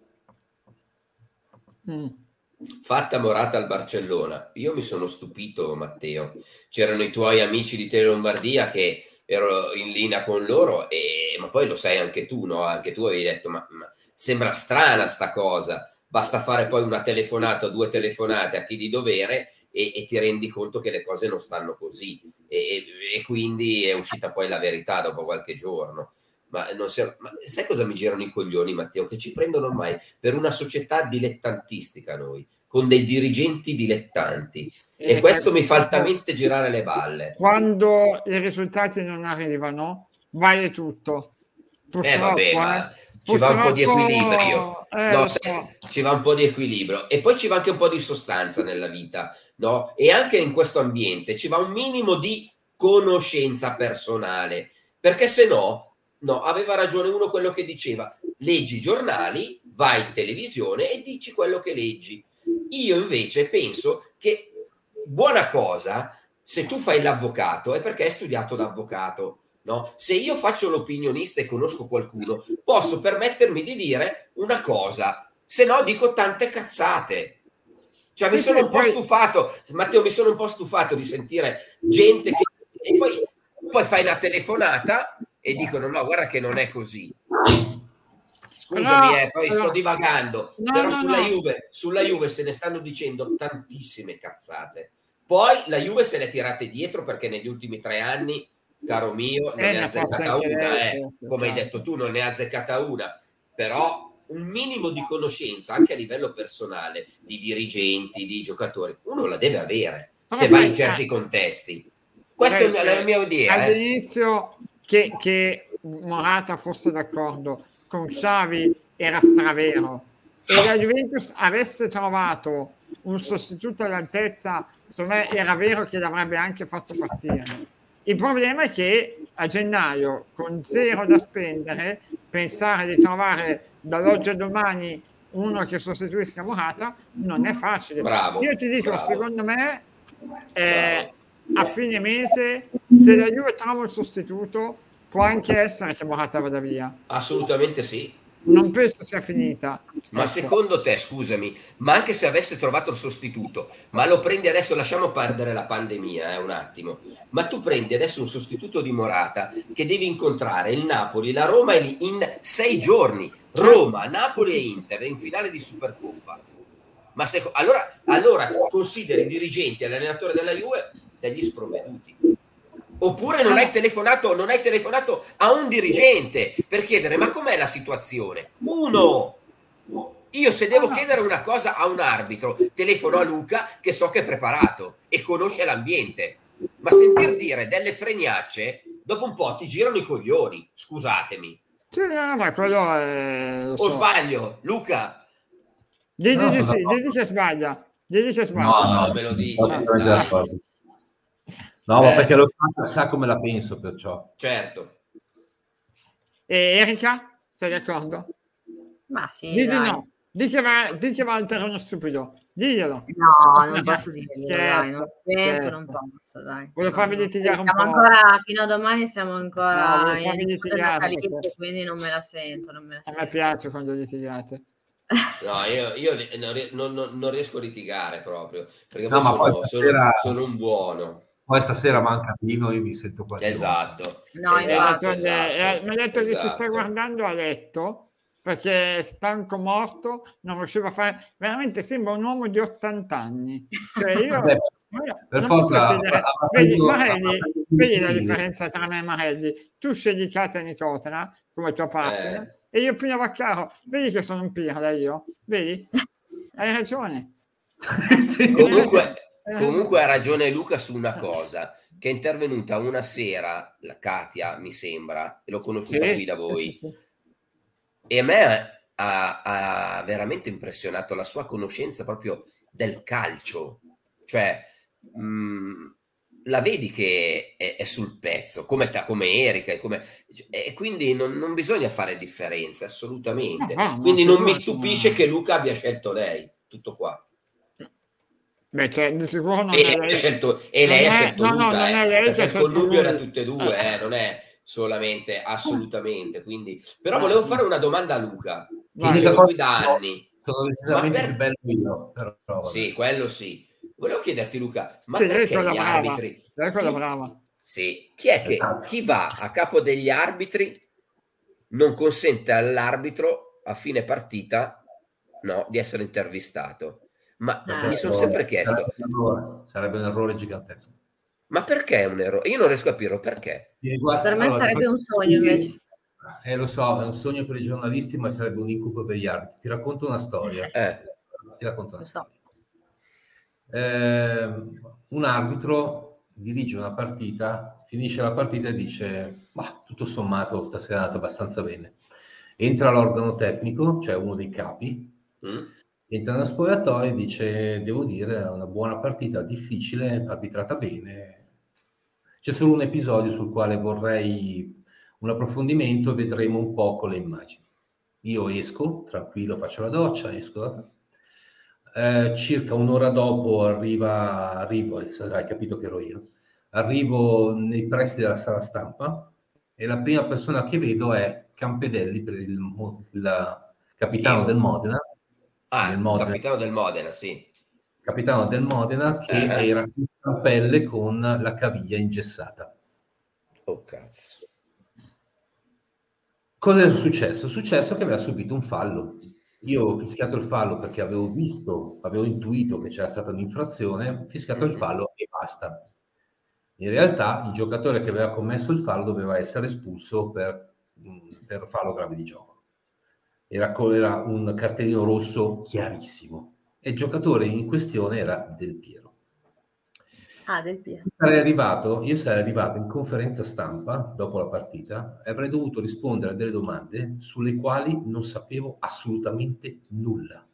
Mm. Fatta Morata al Barcellona. Io mi sono stupito, Matteo. C'erano i tuoi amici di Tele Lombardia che ero in linea con loro, e, ma poi lo sai anche tu, no? Anche tu avevi detto, ma, ma sembra strana sta cosa. Basta fare poi una telefonata o due telefonate a chi di dovere e, e ti rendi conto che le cose non stanno così. E, e quindi è uscita poi la verità dopo qualche giorno. Ma, non si, ma sai cosa mi girano i coglioni, Matteo? Che ci prendono ormai per una società dilettantistica noi, con dei dirigenti dilettanti. E Eh, questo mi fa quando- altamente girare le balle. Quando i risultati non arrivano, vale tutto. Eh vabbè, Purtroppo, eh. ma ci va un po' di equilibrio. Purtroppo, eh, No, lo sai, so. ci va un po' di equilibrio e poi ci va anche un po' di sostanza nella vita, no? E anche in questo ambiente ci va un minimo di conoscenza personale, perché se no, no, aveva ragione uno quello che diceva, leggi i giornali, vai in televisione e dici quello che leggi. Io invece penso che buona cosa, se tu fai l'avvocato, è perché hai studiato l'avvocato. No? Se io faccio l'opinionista e conosco qualcuno, posso permettermi di dire una cosa, se no dico tante cazzate. Cioè Sì, mi sono sì, un po' poi- stufato, Matteo, mi sono un po' stufato di sentire gente che... E poi, poi fai una telefonata e dicono no, guarda che non è così. Scusami, Però, eh, poi sto allora, divagando, no, però no, sulla no. Juve, sulla Juve se ne stanno dicendo tantissime cazzate. Poi la Juve se le tirate dietro perché negli ultimi tre anni, caro mio, non Eh, ne ne ha ha fatte azzeccata anche una, lei, eh. certo, Come hai certo. detto tu, non ne ha azzeccata una, però un minimo di conoscenza anche a livello personale di dirigenti, di giocatori, uno la deve avere Però se va sai, in certi eh, contesti. Questa sai è la che mia idea, eh. all'inizio che, che Morata fosse d'accordo con Xavi era stravero e la Juventus avesse trovato un sostituto all'altezza, secondo me era vero che l'avrebbe anche fatto partire. Il problema è che a gennaio, con zero da spendere, pensare di trovare dall'oggi al domani uno che sostituisca Morata non è facile. Io Bravo, ti dico, bravo, secondo me, eh, bravo. a fine mese, se la Juve trova il sostituto, può anche essere che Morata vada via. Assolutamente sì. Non penso sia finita. Ma Ecco. secondo te, scusami, ma anche se avesse trovato il sostituto, ma lo prendi adesso, lasciamo perdere la pandemia, eh, un attimo, ma tu prendi adesso un sostituto di Morata che devi incontrare il Napoli, la Roma in sei giorni, Roma, Napoli e Inter in finale di Supercoppa. Ma se, allora, allora consideri i dirigenti e l'allenatore della Juve degli sprovveduti. Oppure non hai telefonato, non hai telefonato a un dirigente per chiedere ma com'è la situazione? Uno! Io se devo chiedere una cosa a un arbitro, telefono a Luca che so che è preparato e conosce l'ambiente. Ma sentir dire delle fregnacce, dopo un po' ti girano i coglioni, scusatemi. Sì, no, ma quello è... lo O so. sbaglio, Luca? Digli No, di no, sì, no. digli che sbaglia. Digli che No, sbaglia. No, no, non me lo dici. sono assolutamente Ah, d'accordo. No, Eh. ma perché lo sa, sa come la penso, perciò. Certo. E Erika? Sei d'accordo? Ma sì, Di di dai. no. Di che, va, di che Walter è uno stupido. Diglielo. No, non posso dirlo, dai, non Scherzo, penso, non scherzo. posso, dai. Volevo No, farvi no. litigare un Siamo po'. ancora, fino a domani siamo No, ancora volevo in farvi modo litigare natalizio, perché quindi non me la sento, non me la a me sento. piace quando litigate. No, io, io non, non, non riesco a litigare proprio, perché No, poi ma poi sono, stasera, sono, sono un buono. poi stasera manca Pino, io mi sento quasi Esatto, No, E esatto, infatti. d'altronde, eh, esatto, mi ha detto che ti stai esatto. guardando a letto perché è stanco morto, non riusciva a fare. Veramente sembra un uomo di ottanta anni. Cioè io, Vabbè, io per non posso forza chiedere. avrà Vedi, preso- avrà Marelli, preso vedi la stili. differenza tra me e Marelli. Tu scegli Katia Nicotera come tua partner Eh. e io Pino Vaccaro. Vedi che sono un pirla io? Vedi? Hai ragione. Comunque, Eh, comunque ha ragione Luca su una cosa, che è intervenuta una sera, la Katia mi sembra, e l'ho conosciuta qui Sì, da sì, sì, voi, sì. e a me ha, ha veramente impressionato la sua conoscenza proprio del calcio, cioè mh, la vedi che è, è sul pezzo, come, ta, come Erika, come, e quindi non, non bisogna fare differenze, assolutamente. No, no, quindi no, non mi no, stupisce no. che Luca abbia scelto lei, tutto qua. Beh, cioè, di sicuro non E è lei lei. ha scelto, e Non lei ha è- scelto no, no, Luca, non eh, è lei che perché ha il scelto connubio era lui. tutte e due, Eh. eh, non è solamente, assolutamente. Quindi, però Eh. volevo fare una domanda a Luca, che Vai. L'unica seguo cosa qui da che anni. sono Ma decisamente per... più bello io, però vabbè. Sì, quello sì. Volevo chiederti, Luca, ma Sì, lei è perché quella gli brava. arbitri... Lei è quella Chi... brava. Sì, chi è che... Esatto. Chi va a capo degli arbitri non consente all'arbitro a fine partita, no, di essere intervistato? Ma Ah. mi sono sempre chiesto, Sarebbe un errore, sarebbe un errore gigantesco. ma perché è un errore? Io non riesco a capire perché. Ti guarda- Per me allora, ti sarebbe faccio- un sogno invece. Eh, lo so, è un sogno per i giornalisti, ma sarebbe un incubo per gli arbitri. Ti racconto una storia. Eh. Ti racconto una Lo so. storia. Eh, un arbitro dirige una partita, finisce la partita e dice: ma tutto sommato stasera è andato abbastanza bene. Entra l'organo tecnico, cioè uno dei capi, Mm? entra nello spogliatoio e dice: devo dire, è una buona partita, difficile, arbitrata bene. C'è solo un episodio sul quale vorrei un approfondimento e vedremo un po' con le immagini. Io esco, tranquillo, faccio la doccia, esco da... Eh, circa un'ora dopo arriva, arrivo, hai capito che ero io, arrivo nei pressi della sala stampa e la prima persona che vedo è Campedelli, per il, il capitano del Modena, Ah, del il Modena, capitano del Modena, sì. capitano del Modena che Eh. era in pelle con la caviglia ingessata. Oh cazzo. Cosa è successo? È successo che aveva subito un fallo. Io ho fischiato il fallo perché avevo visto, avevo intuito che c'era stata un'infrazione, ho fischiato il fallo e basta. In realtà il giocatore che aveva commesso il fallo doveva essere espulso per, per fallo grave di gioco. Era, era un cartellino rosso chiarissimo e il giocatore in questione era Del Piero. Ah, Del Piero. Sarei arrivato, io sarei arrivato in conferenza stampa dopo la partita e avrei dovuto rispondere a delle domande sulle quali non sapevo assolutamente nulla.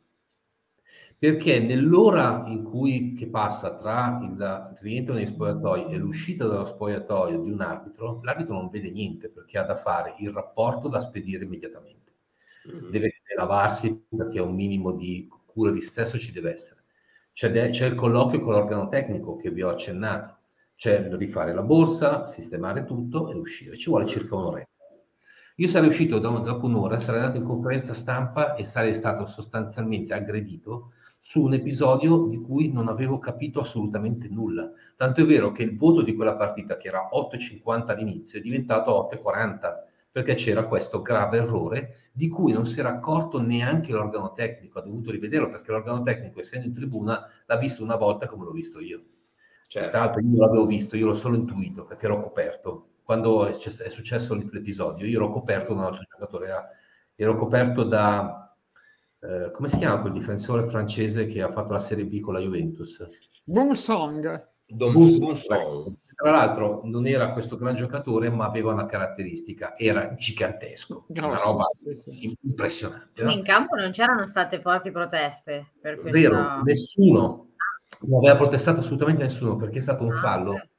Perché nell'ora in cui che passa tra il rientro negli spogliatoi e l'uscita dallo spogliatoio di un arbitro, l'arbitro non vede niente perché ha da fare il rapporto da spedire immediatamente. Mm-hmm. Deve lavarsi perché un minimo di cura di stesso ci deve essere. C'è, de- c'è il colloquio con l'organo tecnico che vi ho accennato, c'è rifare la borsa, sistemare tutto e uscire. Ci vuole circa un'oretta. Io sarei uscito dopo, dopo un'ora, sarei andato in conferenza stampa e sarei stato sostanzialmente aggredito su un episodio di cui non avevo capito assolutamente nulla. Tanto è vero che il voto di quella partita, che era otto e cinquanta all'inizio, è diventato otto e quaranta, perché c'era questo grave errore di cui non si era accorto neanche l'organo tecnico. Ha dovuto rivederlo perché l'organo tecnico, essendo in tribuna, l'ha visto una volta come l'ho visto io. Certo. Tra l'altro io l'avevo visto, io l'ho solo intuito perché ero coperto. Quando è, è successo l'episodio, io ero coperto da un altro giocatore, era, ero coperto da, eh, come si chiama quel difensore francese che ha fatto la Serie B con la Juventus? Bunsong. Bunsong. Tra l'altro non era questo gran giocatore, ma aveva una caratteristica, era gigantesco, Grosso, una roba sì, sì. impressionante. No? No? In campo non c'erano state forti proteste per questa... Vero, nessuno, non aveva protestato assolutamente nessuno perché è stato un fallo. Ah,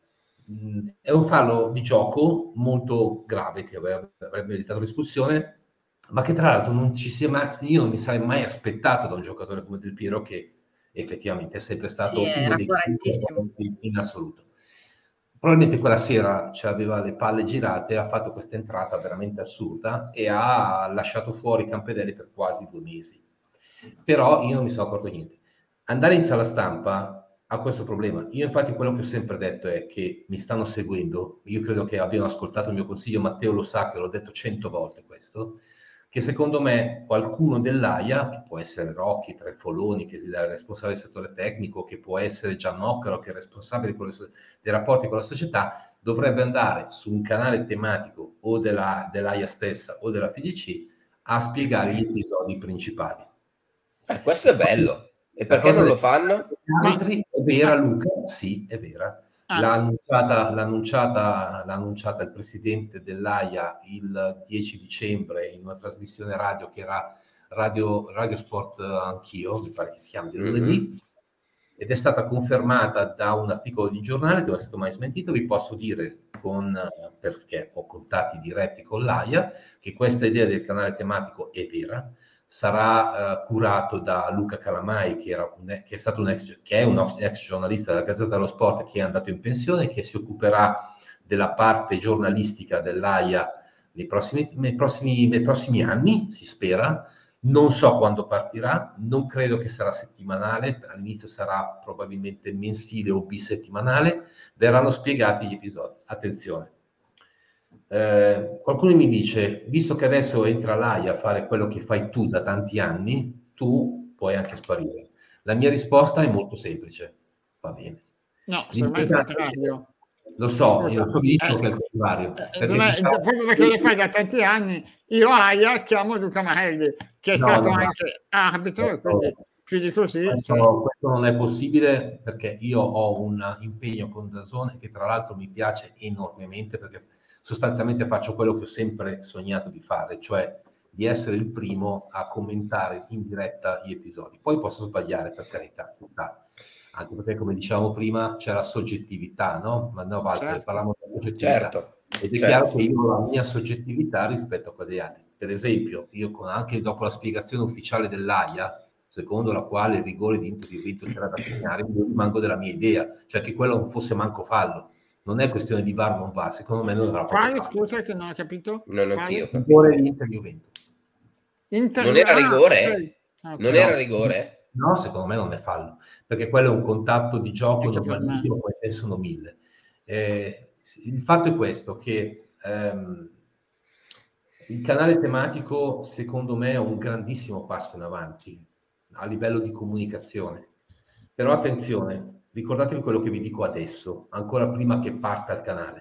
Mm, è un fallo di gioco molto grave che avrebbe, avrebbe meritato l'espulsione, ma che tra l'altro non ci sia mai, io non mi sarei mai aspettato da un giocatore come Del Piero, che effettivamente è sempre stato sì, uno dei più in assoluto. Probabilmente quella sera ci aveva le palle girate, ha fatto questa entrata veramente assurda e ha lasciato fuori Campedelli per quasi due mesi. Però io non mi sono accorto di niente. Andare in sala stampa ha questo problema. Io infatti quello che ho sempre detto è che mi stanno seguendo, io credo che abbiano ascoltato il mio consiglio, Matteo lo sa che l'ho detto cento volte questo, che secondo me qualcuno dell'Aia, che può essere Rocchi, Trefoloni, che è il responsabile del settore tecnico, che può essere Giannoccaro, che è responsabile dei rapporti con la società, dovrebbe andare su un canale tematico o della, dell'Aia stessa o della F I G C a spiegare gli episodi principali. Eh, questo è bello. E perché non lo fanno? Arbitri, è vera, Luca? Sì, è vera. Ah. L'ha, annunciata, l'ha, annunciata, l'ha annunciata il presidente dell'Aia il dieci dicembre in una trasmissione radio che era Radio, radio Sport Anch'io, mi pare che si chiami di lunedì. Mm-hmm. ed è stata confermata da un articolo di giornale che non è stato mai smentito. Vi posso dire, con, perché ho contatti diretti con l'A I A, che questa idea del canale tematico è vera, sarà uh, curato da Luca Calamai, che, era un, che è stato un ex, che è un ex giornalista della Gazzetta dello Sport, che è andato in pensione, che si occuperà della parte giornalistica dell'A I A nei prossimi, nei prossimi, nei prossimi anni, si spera. Non so quando partirà, non credo che sarà settimanale, all'inizio sarà probabilmente mensile o bisettimanale, verranno spiegati gli episodi. Attenzione, eh, qualcuno mi dice, visto che adesso entra l'A I A a fare quello che fai tu da tanti anni, tu puoi anche sparire. La mia risposta è molto semplice, va bene. No, semmai il contrario. Lo so, Scusa, io so benissimo eh, che è il contrario. Eh, Perché è, sarà... proprio perché lo fai da tanti anni, io A I A chiamo Luca Marelli, che è no, stato no, anche arbitro, no. quindi più di così. Questo, Cioè... questo non è possibile, perché io ho un impegno con DAZN che tra l'altro mi piace enormemente, perché sostanzialmente faccio quello che ho sempre sognato di fare, cioè di essere il primo a commentare in diretta gli episodi. Poi posso sbagliare, per carità, anche perché, come dicevamo prima, c'è la soggettività, no? Ma no, Walter, certo. Parliamo di soggettività. Certo. Ed è certo. chiaro che io ho la mia soggettività rispetto a quella degli altri. Per esempio, io con, anche dopo la spiegazione ufficiale dell'A I A, secondo la quale il rigore di intervento c'era da segnare, io rimango della mia idea, cioè che quello non fosse manco fallo. Non è questione di V A R o non V A R, secondo me non era proprio fallo. Scusa che non ho capito. Non ho capito. Rigore di Inter-Juventus. Inter... Non era rigore? Okay. Okay. Non era rigore? No, secondo me non è fallo, perché quello è un contatto di gioco normalissimo, come ne sono mille. Eh, il fatto è questo, che ehm, il canale tematico, secondo me, è un grandissimo passo in avanti a livello di comunicazione. Però attenzione, ricordatevi quello che vi dico adesso, ancora prima che parta il canale.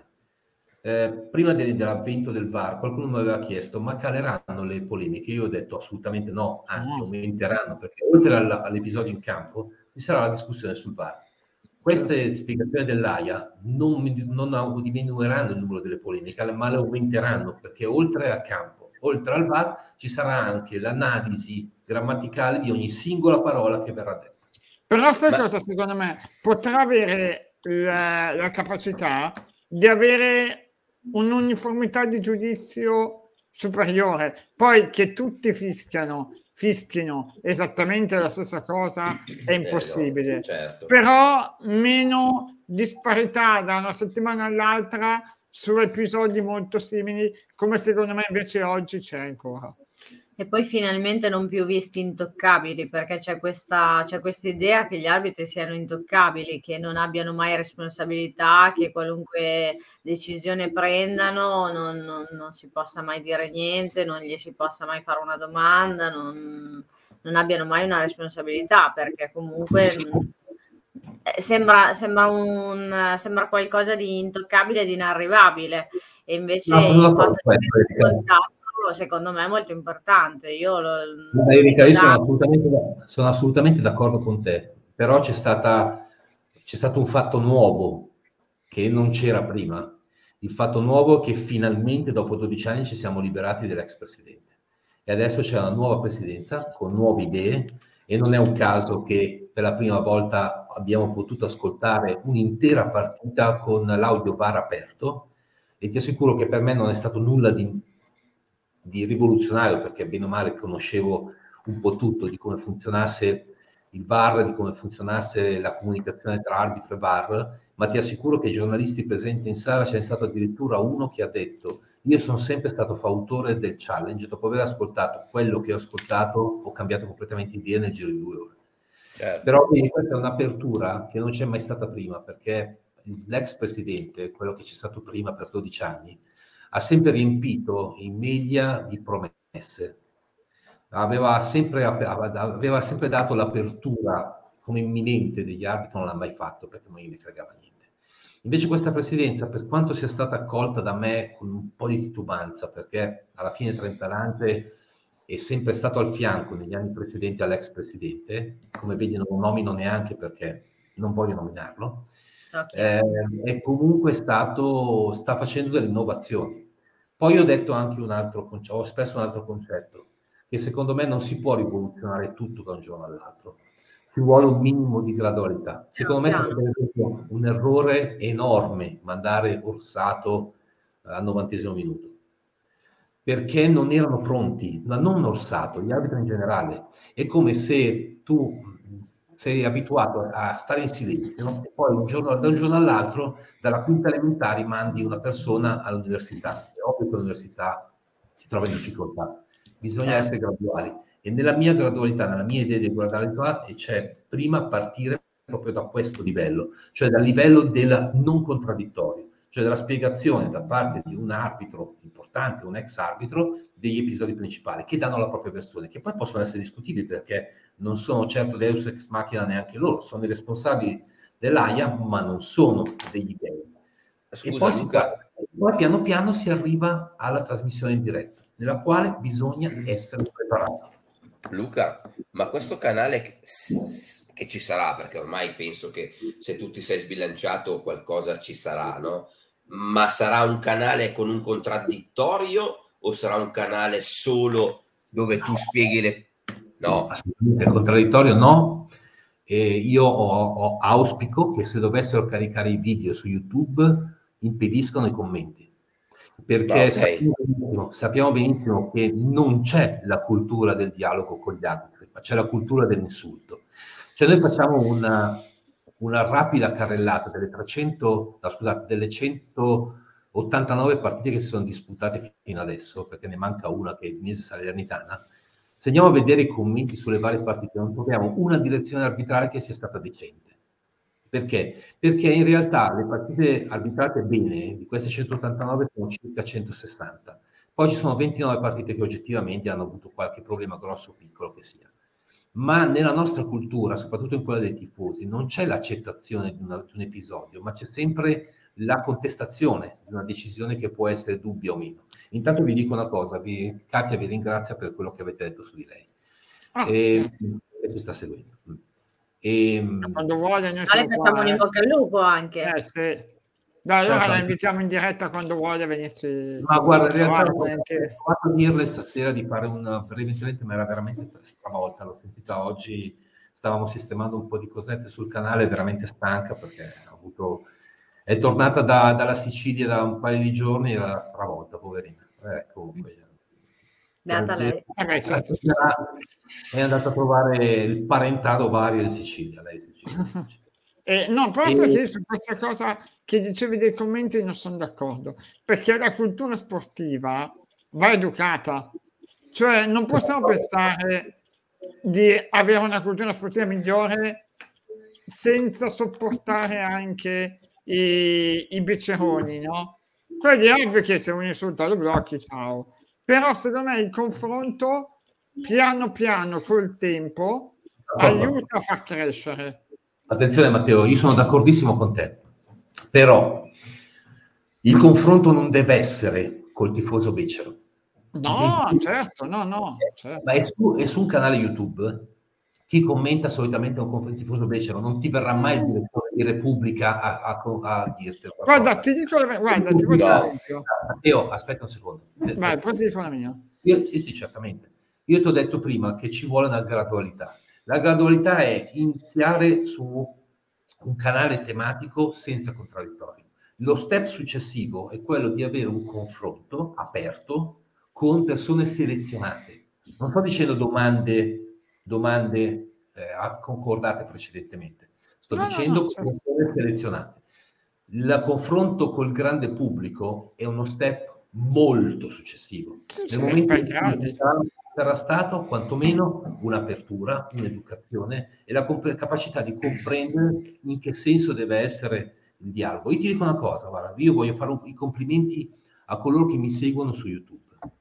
Eh, prima de- dell'avvento del V A R, qualcuno mi aveva chiesto, ma caleranno le polemiche? Io ho detto assolutamente no, anzi aumenteranno, perché oltre all- all'episodio in campo ci sarà la discussione sul V A R. Queste spiegazioni dell'A I A non, non diminuiranno il numero delle polemiche, ma le aumenteranno, perché oltre al campo, oltre al V A R, ci sarà anche l'analisi grammaticale di ogni singola parola che verrà detta. Però sai cosa, secondo me, potrà avere la, la capacità di avere un'uniformità di giudizio superiore. Poi che tutti fischiano, fischino esattamente la stessa cosa è impossibile. Eh no, certo. Però meno disparità da una settimana all'altra su episodi molto simili, come secondo me invece oggi c'è ancora. E poi finalmente non più visti intoccabili, perché c'è questa c'è questa idea che gli arbitri siano intoccabili, che non abbiano mai responsabilità, che qualunque decisione prendano non, non, non si possa mai dire niente, non gli si possa mai fare una domanda, non, non abbiano mai una responsabilità, perché comunque eh, sembra, sembra, un, sembra qualcosa di intoccabile e di inarrivabile, e invece no, il fatto di contatto secondo me è molto importante. Io lo, lo Erika, io sono assolutamente, sono assolutamente d'accordo con te, però c'è stata c'è stato un fatto nuovo che non c'era prima. Il fatto nuovo è che finalmente dopo dodici anni ci siamo liberati dell'ex presidente e adesso c'è una nuova presidenza con nuove idee, e non è un caso che per la prima volta abbiamo potuto ascoltare un'intera partita con l'audio bar aperto, e ti assicuro che per me non è stato nulla di di rivoluzionario, perché bene o male conoscevo un po' tutto di come funzionasse il V A R, di come funzionasse la comunicazione tra arbitro e V A R, ma ti assicuro che i giornalisti presenti in sala, c'è stato addirittura uno che ha detto: io sono sempre stato fautore del challenge, dopo aver ascoltato quello che ho ascoltato ho cambiato completamente idea nel giro di due ore. Certo. Però quindi questa è un'apertura che non c'è mai stata prima, perché l'ex presidente, quello che c'è stato prima per dodici anni, ha sempre riempito i media di promesse, aveva sempre, aveva sempre dato l'apertura come imminente degli arbitri, non l'ha mai fatto perché non gli fregava niente. Invece questa presidenza, per quanto sia stata accolta da me con un po' di titubanza, perché alla fine Trenta Lance è sempre stato al fianco negli anni precedenti all'ex presidente, come vedi non lo nomino neanche perché non voglio nominarlo, okay. eh, è comunque stato, sta facendo delle innovazioni. Poi ho detto anche un altro concetto, ho espresso un altro concetto, che secondo me non si può rivoluzionare tutto da un giorno all'altro. ci vuole un minimo di gradualità. Secondo me è stato per esempio un errore enorme mandare Orsato al novantesimo minuto, perché non erano pronti, ma non Orsato, gli arbitri in generale. È come se tu sei abituato a stare in silenzio e poi un giorno, da un giorno all'altro, dalla quinta elementare mandi una persona all'università. È ovvio che l'università si trova in difficoltà. Bisogna essere graduali. E nella mia gradualità, nella mia idea di gradualità, c'è prima partire proprio da questo livello, cioè dal livello del non contraddittorio, cioè della spiegazione da parte di un arbitro importante, un ex arbitro, degli episodi principali, che danno la propria versione, che poi possono essere discutibili perché non sono certo deus ex machina neanche loro, sono i responsabili dell'A I A, ma non sono degli dei. Scusa, e poi, Luca. Si, poi piano piano si arriva alla trasmissione in diretta, nella quale bisogna essere preparati. Luca, ma questo canale che, che ci sarà, perché ormai penso che se tu ti sei sbilanciato qualcosa ci sarà, no? Ma sarà un canale con un contraddittorio o sarà un canale solo dove tu spieghi le... No. Assolutamente, contraddittorio no. E io ho, ho, auspico che se dovessero caricare i video su YouTube impediscono i commenti. Perché okay. sappiamo, benissimo, sappiamo benissimo che non c'è la cultura del dialogo con gli arbitri, ma c'è la cultura dell'insulto. Cioè noi facciamo una, una rapida carrellata delle trecento, no, scusate, delle centottantanove partite che si sono disputate fino adesso, perché ne manca una che è Dinese Salernitana. Se andiamo a vedere i commenti sulle varie partite, non troviamo una direzione arbitrale che sia stata decente. Perché? Perché in realtà le partite arbitrate bene, di queste centottantanove, sono circa centosessanta. Poi ci sono ventinove partite che oggettivamente hanno avuto qualche problema grosso o piccolo che sia. Ma nella nostra cultura, soprattutto in quella dei tifosi, non c'è l'accettazione di, una, di un episodio, ma c'è sempre la contestazione di una decisione che può essere dubbia o meno. Intanto vi dico una cosa, vi, Katia vi ringrazia per quello che avete detto su di lei. Ah, e, e ci sta seguendo. E, quando vuole noi Ale, facciamo un in bocca al lupo anche. Eh, sì. No, allora certo. La invitiamo in diretta quando vuole venirci. Ma guarda, in realtà ho provato a dirle stasera di fare una breve intervento, ma era veramente stravolta, l'ho sentita oggi, stavamo sistemando un po' di cosette sul canale, veramente stanca perché ha avuto... è tornata da, dalla Sicilia da un paio di giorni e era stravolta, poverina. Eh, comunque, Beata lei. Eh beh, certo, è andata a trovare il parentado vario in Sicilia, lei Sicilia. Eh, no, però e... che su questa cosa che dicevi dei commenti non sono d'accordo, perché la cultura sportiva va educata, cioè non possiamo pensare di avere una cultura sportiva migliore senza sopportare anche i, i beceroni, no? Quindi è ovvio che se uno insulta lo blocchi, ciao. Però secondo me il confronto piano piano col tempo aiuta a far crescere. Attenzione Matteo, io sono d'accordissimo con te, però il confronto non deve essere col tifoso becero. No, certo, no, no. Certo. Ma è su, è su un canale YouTube, chi commenta solitamente un tifoso becero, non ti verrà mai il direttore di Repubblica a, a, a dirti. Guarda, ti dico, guarda, ti faccio no. Matteo, aspetta un secondo. Vai, poi ti dico la mia. Io, sì, sì, certamente. Io ti ho detto prima che ci vuole una gradualità. La gradualità è iniziare su un canale tematico senza contraddittorio. Lo step successivo è quello di avere un confronto aperto con persone selezionate. Non sto dicendo domande, domande eh, concordate precedentemente. Sto no, dicendo no, no, certo. persone selezionate. Il confronto col grande pubblico è uno step molto successivo. Sì, Nel momento in cui sarà stato quantomeno un'apertura, un'educazione e la comp- capacità di comprendere in che senso deve essere il dialogo. Io ti dico una cosa, guarda, io voglio fare un, i complimenti a coloro che mi seguono su YouTube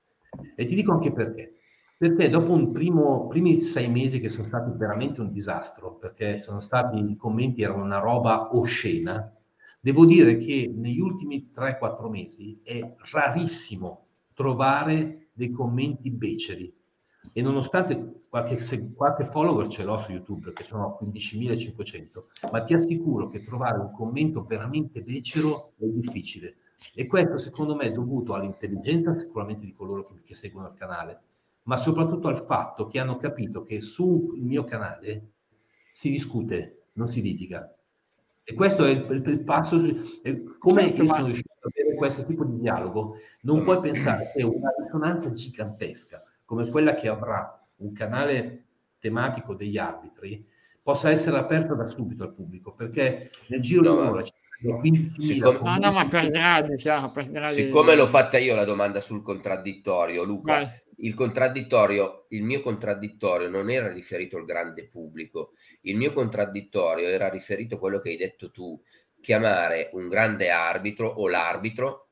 e ti dico anche perché. Perché dopo un primo, primi sei mesi che sono stati veramente un disastro, perché sono stati, i commenti erano una roba oscena, devo dire che negli ultimi tre quattro mesi è rarissimo trovare dei commenti beceri. E nonostante qualche, qualche follower ce l'ho su YouTube, perché sono quindicimilacinquecento, ma ti assicuro che trovare un commento veramente becero è difficile. E questo secondo me è dovuto all'intelligenza sicuramente di coloro che, che seguono il canale, ma soprattutto al fatto che hanno capito che sul mio canale si discute, non si litiga. E questo è il, il, il passo. È come certo, io ma... sono riuscito ad avere questo tipo di dialogo, non puoi pensare che una risonanza gigantesca come quella che avrà un canale tematico degli arbitri possa essere aperta da subito al pubblico, perché nel giro no, di un'ora ci sono quindicimila siccome... no, no, ma per gradi, chiaro, per gradi... Siccome l'ho fatta io la domanda sul contraddittorio, Luca, Vai. il contraddittorio, il mio contraddittorio non era riferito al grande pubblico, il mio contraddittorio era riferito a quello che hai detto tu, chiamare un grande arbitro o l'arbitro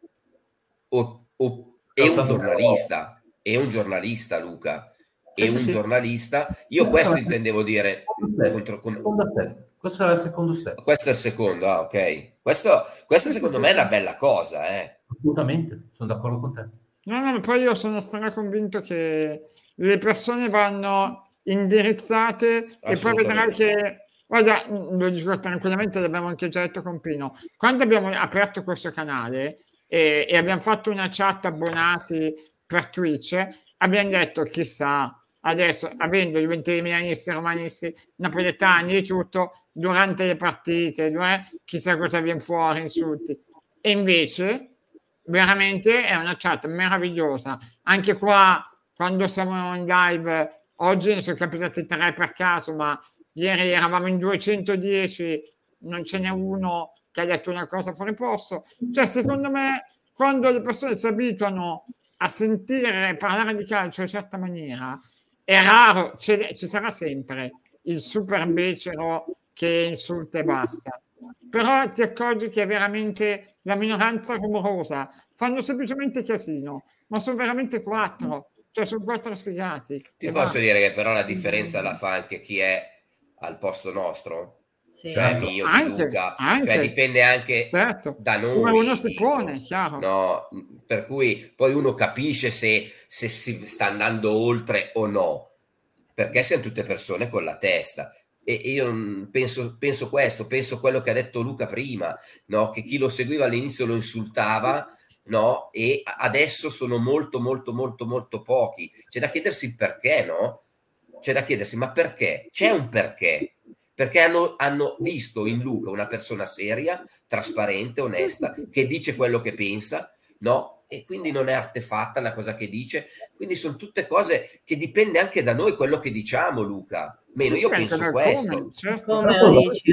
o, o è un giornalista, è un giornalista, Luca, è un giornalista. Io questo intendevo dire. Contro, com... Questo era il secondo step. Questo è il secondo, ah, ok. Questo, questo secondo me è una bella cosa, eh. Assolutamente, sono d'accordo con te. No, no, poi io sono straconvinto che le persone vanno indirizzate e poi vedrai che, guarda, lo dico tranquillamente, l'abbiamo anche già detto con Pino, quando abbiamo aperto questo canale e, e abbiamo fatto una chat abbonati per Twitch, abbiamo detto, chissà, adesso avendo i venti milanisti, romanisti, napoletani e tutto, durante le partite, chissà cosa viene fuori, insulti. E invece veramente è una chat meravigliosa. Anche qua, quando siamo in live, oggi ne sono capitati tre per caso, ma ieri eravamo in duecentodieci, non ce n'è uno che ha detto una cosa fuori posto. Cioè, secondo me, quando le persone si abituano a sentire parlare di calcio in una certa maniera, è raro, ci sarà sempre il super becero che insulta e basta. Però ti accorgi che è veramente la minoranza rumorosa, fanno semplicemente casino, ma sono veramente quattro, cioè sono quattro sfigati. Ti posso va. dire che però la differenza la fa anche chi è al posto nostro, sì. cioè certo. mio, anche, di Luca, anche, cioè dipende anche certo. da noi. Come uno si pone, chiaro. No, per cui poi uno capisce se, se si sta andando oltre o no, perché siamo tutte persone con la testa. E io penso, penso questo, penso quello che ha detto Luca prima, no? Che chi lo seguiva all'inizio lo insultava, no? E adesso sono molto molto molto molto pochi. C'è da chiedersi il perché, no? C'è da chiedersi ma perché? C'è un perché, perché hanno, hanno visto in Luca una persona seria, trasparente, onesta, che dice quello che pensa, no? E quindi non è artefatta la cosa che dice, quindi sono tutte cose che dipende anche da noi quello che diciamo, Luca. Meno io penso questo. Come, certo. come lo dici?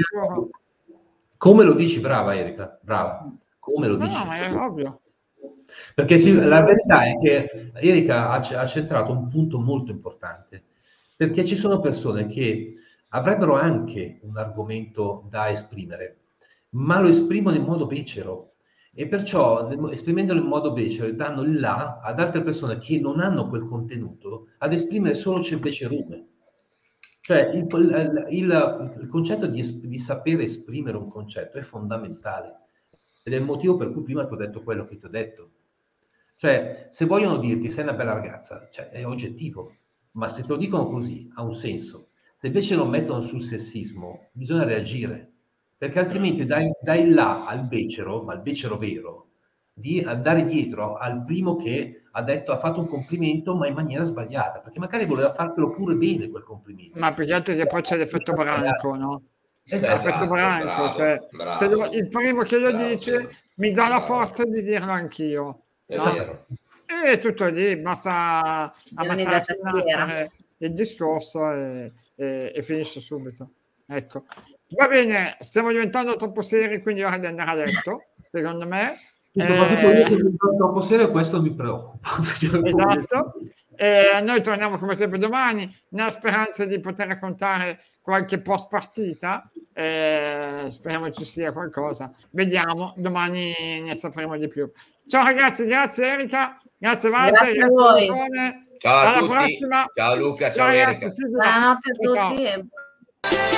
Come lo dici, brava Erika, brava. Come lo dici? No, ma è ovvio. Perché sì, la verità è che Erika ha, ha centrato un punto molto importante, perché ci sono persone che avrebbero anche un argomento da esprimere, ma lo esprimono in modo becero. E perciò, esprimendolo in modo becero, danno il là ad altre persone che non hanno quel contenuto ad esprimere solo c'è becerume. Cioè, il, il, il, il concetto di, di sapere esprimere un concetto è fondamentale. Ed è il motivo per cui prima ti ho detto quello che ti ho detto. Cioè, se vogliono dirti sei una bella ragazza, cioè, è oggettivo. Ma se te lo dicono così, ha un senso. Se invece lo mettono sul sessismo, bisogna reagire. Perché altrimenti dai, dai là al becero, ma al becero vero, di andare dietro al primo che ha detto, ha fatto un complimento ma in maniera sbagliata, perché magari voleva fartelo pure bene quel complimento. Ma più che altro che poi c'è l'effetto branco, no? Esatto, l'effetto branco, bravo, cioè, bravo, se lo, il primo che lo bravo, dice sì. mi dà la Bravo. forza di dirlo anch'io. È No? vero. E tutto lì, basta ammazzare il discorso e, e, e finisce subito. Ecco. Va bene, stiamo diventando troppo seri, quindi ora di andare a letto, secondo me. Soprattutto io che sono troppo serio, questo mi preoccupa. Esatto. E noi torniamo come sempre domani, nella speranza di poter raccontare qualche post partita. Eh, speriamo ci sia qualcosa. Vediamo, domani ne sapremo di più. Ciao ragazzi, grazie Erika, grazie Walter, grazie a voi. Ciao a alla tutti. Prossima. Ciao Luca, ciao, ciao ragazzi, Erika. Buonanotte a tutti. Ciao.